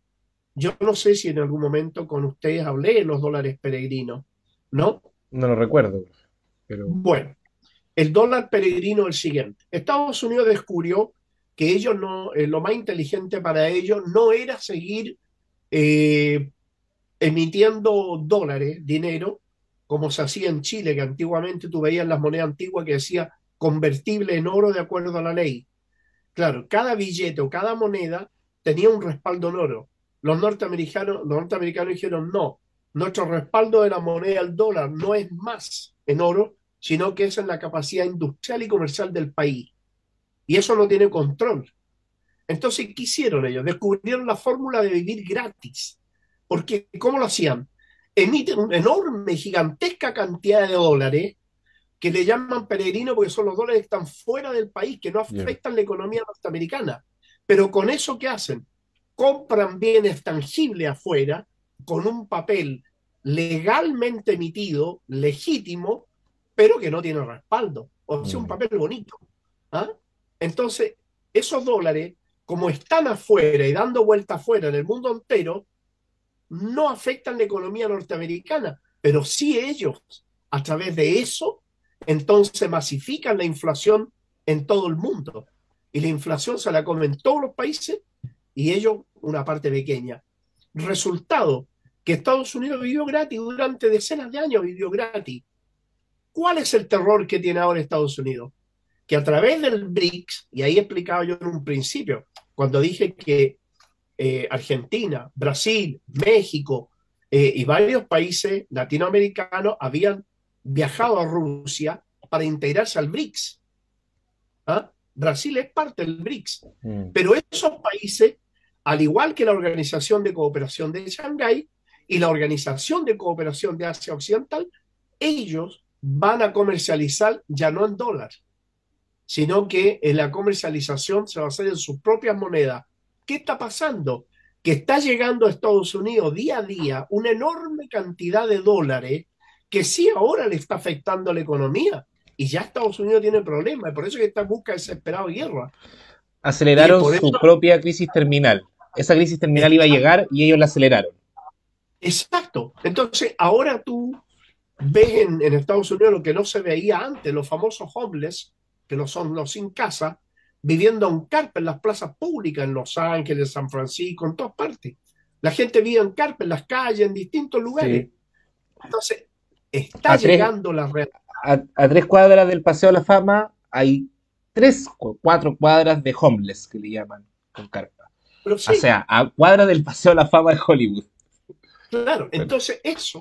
Yo no sé si en algún momento con ustedes hablé de los dólares peregrinos, ¿no? No lo recuerdo, pero Bueno, el dólar peregrino es el siguiente. Estados Unidos descubrió que ellos no, lo más inteligente para ellos no era seguir eh, emitiendo dólares, dinero, como se hacía en Chile, que antiguamente tú veías las monedas antiguas que decía convertible en oro de acuerdo a la ley. Claro, cada billete o cada moneda tenía un respaldo en oro. Los norteamericanos dijeron, no, nuestro respaldo de la moneda, el dólar, no es más en oro, sino que es en la capacidad industrial y comercial del país. Y eso no tiene control. Entonces, ¿qué hicieron ellos? Descubrieron la fórmula de vivir gratis. Porque, ¿cómo lo hacían? Emiten una enorme, gigantesca cantidad de dólares que le llaman peregrinos porque son los dólares que están fuera del país, que no ya. afectan la economía norteamericana. Pero con eso, ¿qué hacen? Compran bienes tangibles afuera con un papel legalmente emitido, legítimo, pero que no tiene respaldo. O sea, un Mm, papel bonito. ¿Ah? Entonces, esos dólares, como están afuera y dando vuelta afuera en el mundo entero, no afectan la economía norteamericana, pero sí ellos, a través de eso, entonces masifican la inflación en todo el mundo. Y la inflación se la comen todos los países y ellos una parte pequeña. Resultado, que Estados Unidos vivió gratis durante decenas de años, vivió gratis. ¿Cuál es el terror que tiene ahora Estados Unidos? Que a través del BRICS, y ahí explicaba yo en un principio, cuando dije que Argentina, Brasil, México y varios países latinoamericanos habían viajado a Rusia para integrarse al BRICS. ¿Ah? Brasil es parte del BRICS, mm, pero esos países, al igual que la Organización de Cooperación de Shanghái y la Organización de Cooperación de Asia Occidental, ellos van a comercializar ya no en dólares, sino que en la comercialización se va a hacer en sus propias monedas. ¿Qué está pasando? Que está llegando a Estados Unidos día a día una enorme cantidad de dólares que sí ahora le está afectando a la economía. Y ya Estados Unidos tiene problemas, y por eso que está en busca desesperado de guerra. Y aceleraron por eso, su propia crisis terminal. Esa crisis terminal iba a exacto, llegar y ellos la aceleraron. exacto. Entonces, ahora tú ves en Estados Unidos lo que no se veía antes, los famosos homeless, que no son los sin casa, viviendo en carpa en las plazas públicas, en Los Ángeles, San Francisco, en todas partes. La gente vive en carpa en las calles, en distintos lugares. Sí. Entonces, está A tres, llegando la realidad. a 3 cuadras del Paseo de la Fama hay 4 cuadras de homeless que le llaman con carpa. Pero O sí, sea, a cuadra del Paseo de la Fama de Hollywood. claro, Bueno, entonces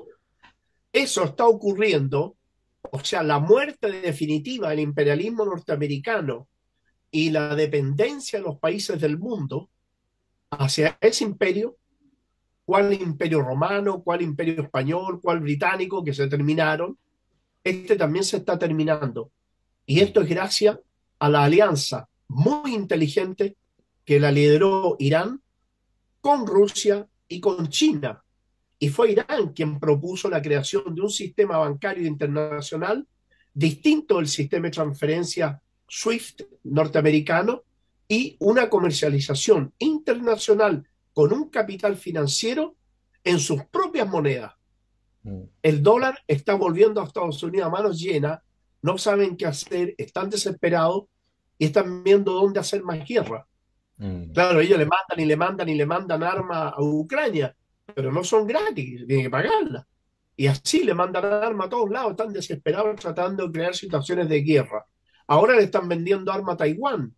eso está ocurriendo, o sea, la muerte definitiva del imperialismo norteamericano y la dependencia de los países del mundo hacia ese imperio, cuál imperio romano, cuál imperio español, cuál británico, que se terminaron, este también se está terminando. Y mm, esto es gracias a la alianza muy inteligente que la lideró Irán con Rusia y con China. Y fue Irán quien propuso la creación de un sistema bancario internacional distinto del sistema de transferencia SWIFT norteamericano y una comercialización internacional con un capital financiero en sus propias monedas. mm, El dólar está volviendo a Estados Unidos a manos llenas, no saben qué hacer, están desesperados y están viendo dónde hacer más guerra. mm. Claro, ellos le mandan y le mandan y le mandan armas a Ucrania, pero no son gratis, tienen que pagarlas. Y así le mandan armas a todos lados, están desesperados tratando de crear situaciones de guerra. Ahora le están vendiendo armas a Taiwán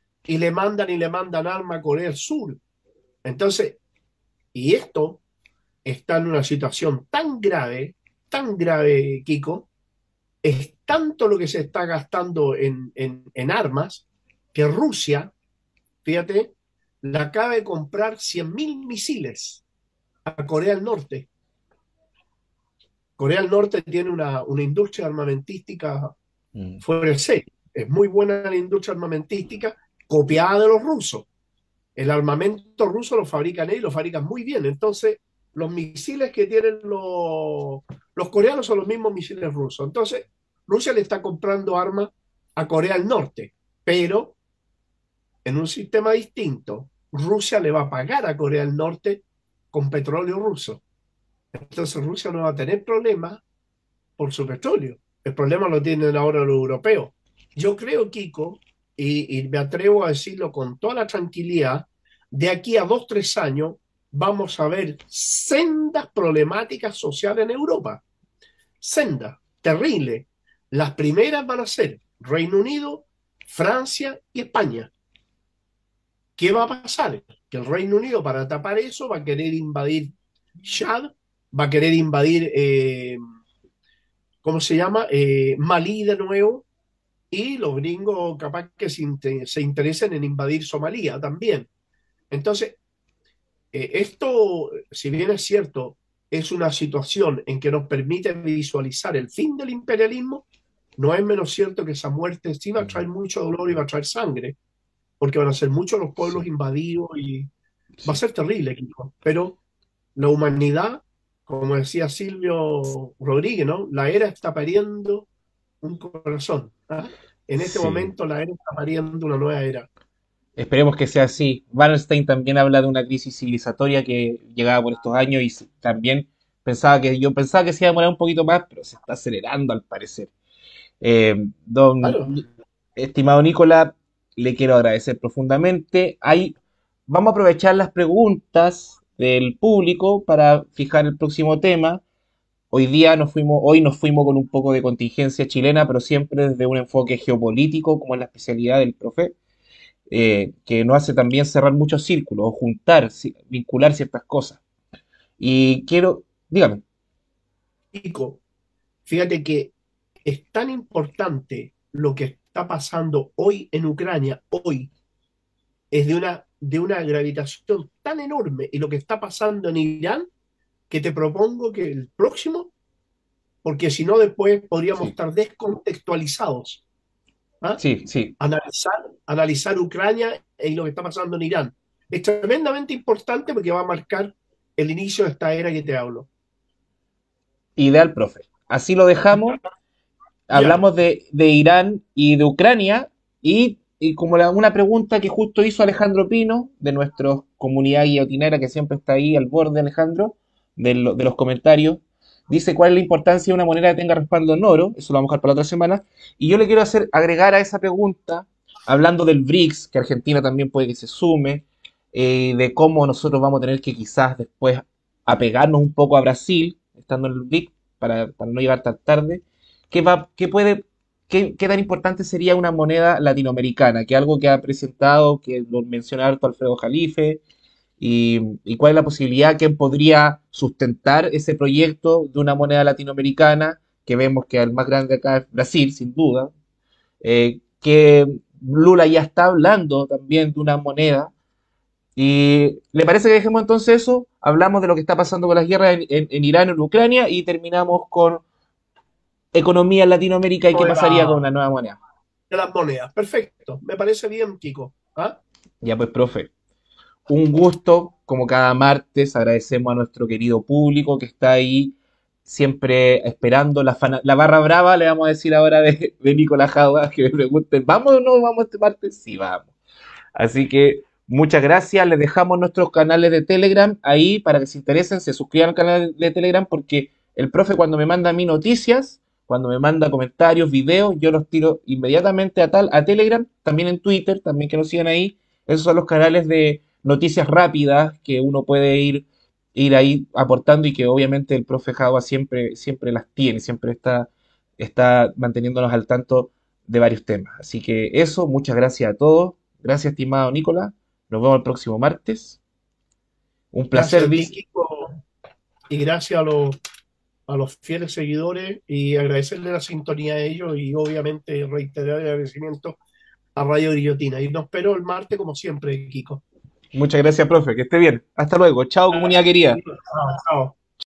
y le mandan armas a Corea del Sur. Entonces, y esto está en una situación tan grave, Kiko, es tanto lo que se está gastando en armas que Rusia, fíjate, le acaba de comprar 100.000 misiles a Corea del Norte. Corea del Norte tiene una industria armamentística Mm, fuera de serie. Es muy buena la industria armamentística, copiada de los rusos. El armamento ruso lo fabrican ellos, lo fabrican muy bien. Entonces, los misiles que tienen los coreanos son los mismos misiles rusos. Entonces, Rusia le está comprando armas a Corea del Norte, pero en un sistema distinto. Rusia le va a pagar a Corea del Norte con petróleo ruso. Entonces, Rusia no va a tener problemas por su petróleo. El problema lo tienen ahora los europeos. Yo creo, Kiko, y me atrevo a decirlo con toda la tranquilidad, de aquí a 2, 3 años vamos a ver sendas problemáticas sociales en Europa. Sendas, terribles. Las primeras van a ser Reino Unido, Francia y España. ¿Qué va a pasar? Que el Reino Unido, para tapar eso, va a querer invadir Chad, va a querer invadir ¿cómo se llama? Malí de nuevo, y los gringos capaz que se interesen en invadir Somalia también. Entonces, esto, si bien es cierto, es una situación en que nos permite visualizar el fin del imperialismo, no es menos cierto que esa muerte sí va a mm, traer mucho dolor y va a traer sangre, porque van a ser muchos los pueblos sí, invadidos y va a sí. ser terrible, Kiko. Pero la humanidad, como decía Silvio Rodríguez, ¿no? La era está pariendo un corazón. ¿Ah? En este Sí. momento la era está pariendo una nueva era. Esperemos que sea así. Wallenstein también habla de una crisis civilizatoria que llegaba por estos años y también yo pensaba que se iba a demorar un poquito más, pero se está acelerando al parecer. Don Claro. estimado Nicolás, le quiero agradecer profundamente. Ahí vamos a aprovechar las preguntas del público para fijar el próximo tema. Hoy nos fuimos con un poco de contingencia chilena, pero siempre desde un enfoque geopolítico, como es la especialidad del profe, que nos hace también cerrar muchos círculos o juntar, vincular ciertas cosas. Y quiero, dígame, Chico, fíjate que es tan importante lo que está pasando hoy en Ucrania, hoy, es de una gravitación tan enorme y lo que está pasando en Irán, que te propongo que el próximo, porque si no después podríamos sí, estar descontextualizados. ¿Ah? sí, sí, Analizar Ucrania y lo que está pasando en Irán. Es tremendamente importante porque va a marcar el inicio de esta era que te hablo. ideal, profe. Así lo dejamos. Ya, Hablamos de Irán y de Ucrania y como una pregunta que justo hizo Alejandro Pino de nuestra comunidad guillotinera que siempre está ahí al borde, Alejandro, de los comentarios, dice cuál es la importancia de una moneda que tenga respaldo en oro, eso lo vamos a dejar para la otra semana, y yo le quiero agregar a esa pregunta, hablando del BRICS, que Argentina también puede que se sume, de cómo nosotros vamos a tener que quizás después apegarnos un poco a Brasil, estando en el BRICS, para no llegar tan tarde. ¿Qué puede, qué tan importante sería una moneda latinoamericana? Que algo que ha presentado, que lo menciona harto Alfredo Jalife, y cuál es la posibilidad, quién podría sustentar ese proyecto de una moneda latinoamericana, que vemos que el más grande acá es Brasil, sin duda, que Lula ya está hablando también de una moneda. ¿Y le parece que dejemos entonces eso? Hablamos de lo que está pasando con las guerras en Irán, en Ucrania, y terminamos con economía en Latinoamérica y qué de, pasaría con la- una nueva moneda. de las monedas. Perfecto, me parece bien, Kiko. ¿Ah? Ya pues, profe, un gusto, como cada martes, agradecemos a nuestro querido público que está ahí siempre esperando la barra brava, le vamos a decir ahora de Nicolás Jauda, que me pregunten, ¿vamos o no vamos este martes? Sí, vamos. Así que muchas gracias, les dejamos nuestros canales de Telegram ahí para que se interesen, se suscriban al canal de Telegram porque el profe cuando me manda a mí noticias, cuando me manda comentarios, videos, yo los tiro inmediatamente a Telegram, también en Twitter, también que nos sigan ahí. Esos son los canales de noticias rápidas que uno puede ir ahí aportando y que obviamente el profe Java siempre las tiene, está manteniéndonos al tanto de varios temas. Así que eso, muchas gracias a todos. Gracias, estimado Nicolás. Nos vemos el próximo martes. Un Gracias placer, a ti, dice. Kiko, y gracias a a los fieles seguidores y agradecerle la sintonía a ellos y obviamente reiterar el agradecimiento a Radio Guillotina. Y nos espero el martes como siempre, Kiko. Muchas gracias, profe. Que esté bien. Hasta luego. Chao, comunidad querida. Chao, chao.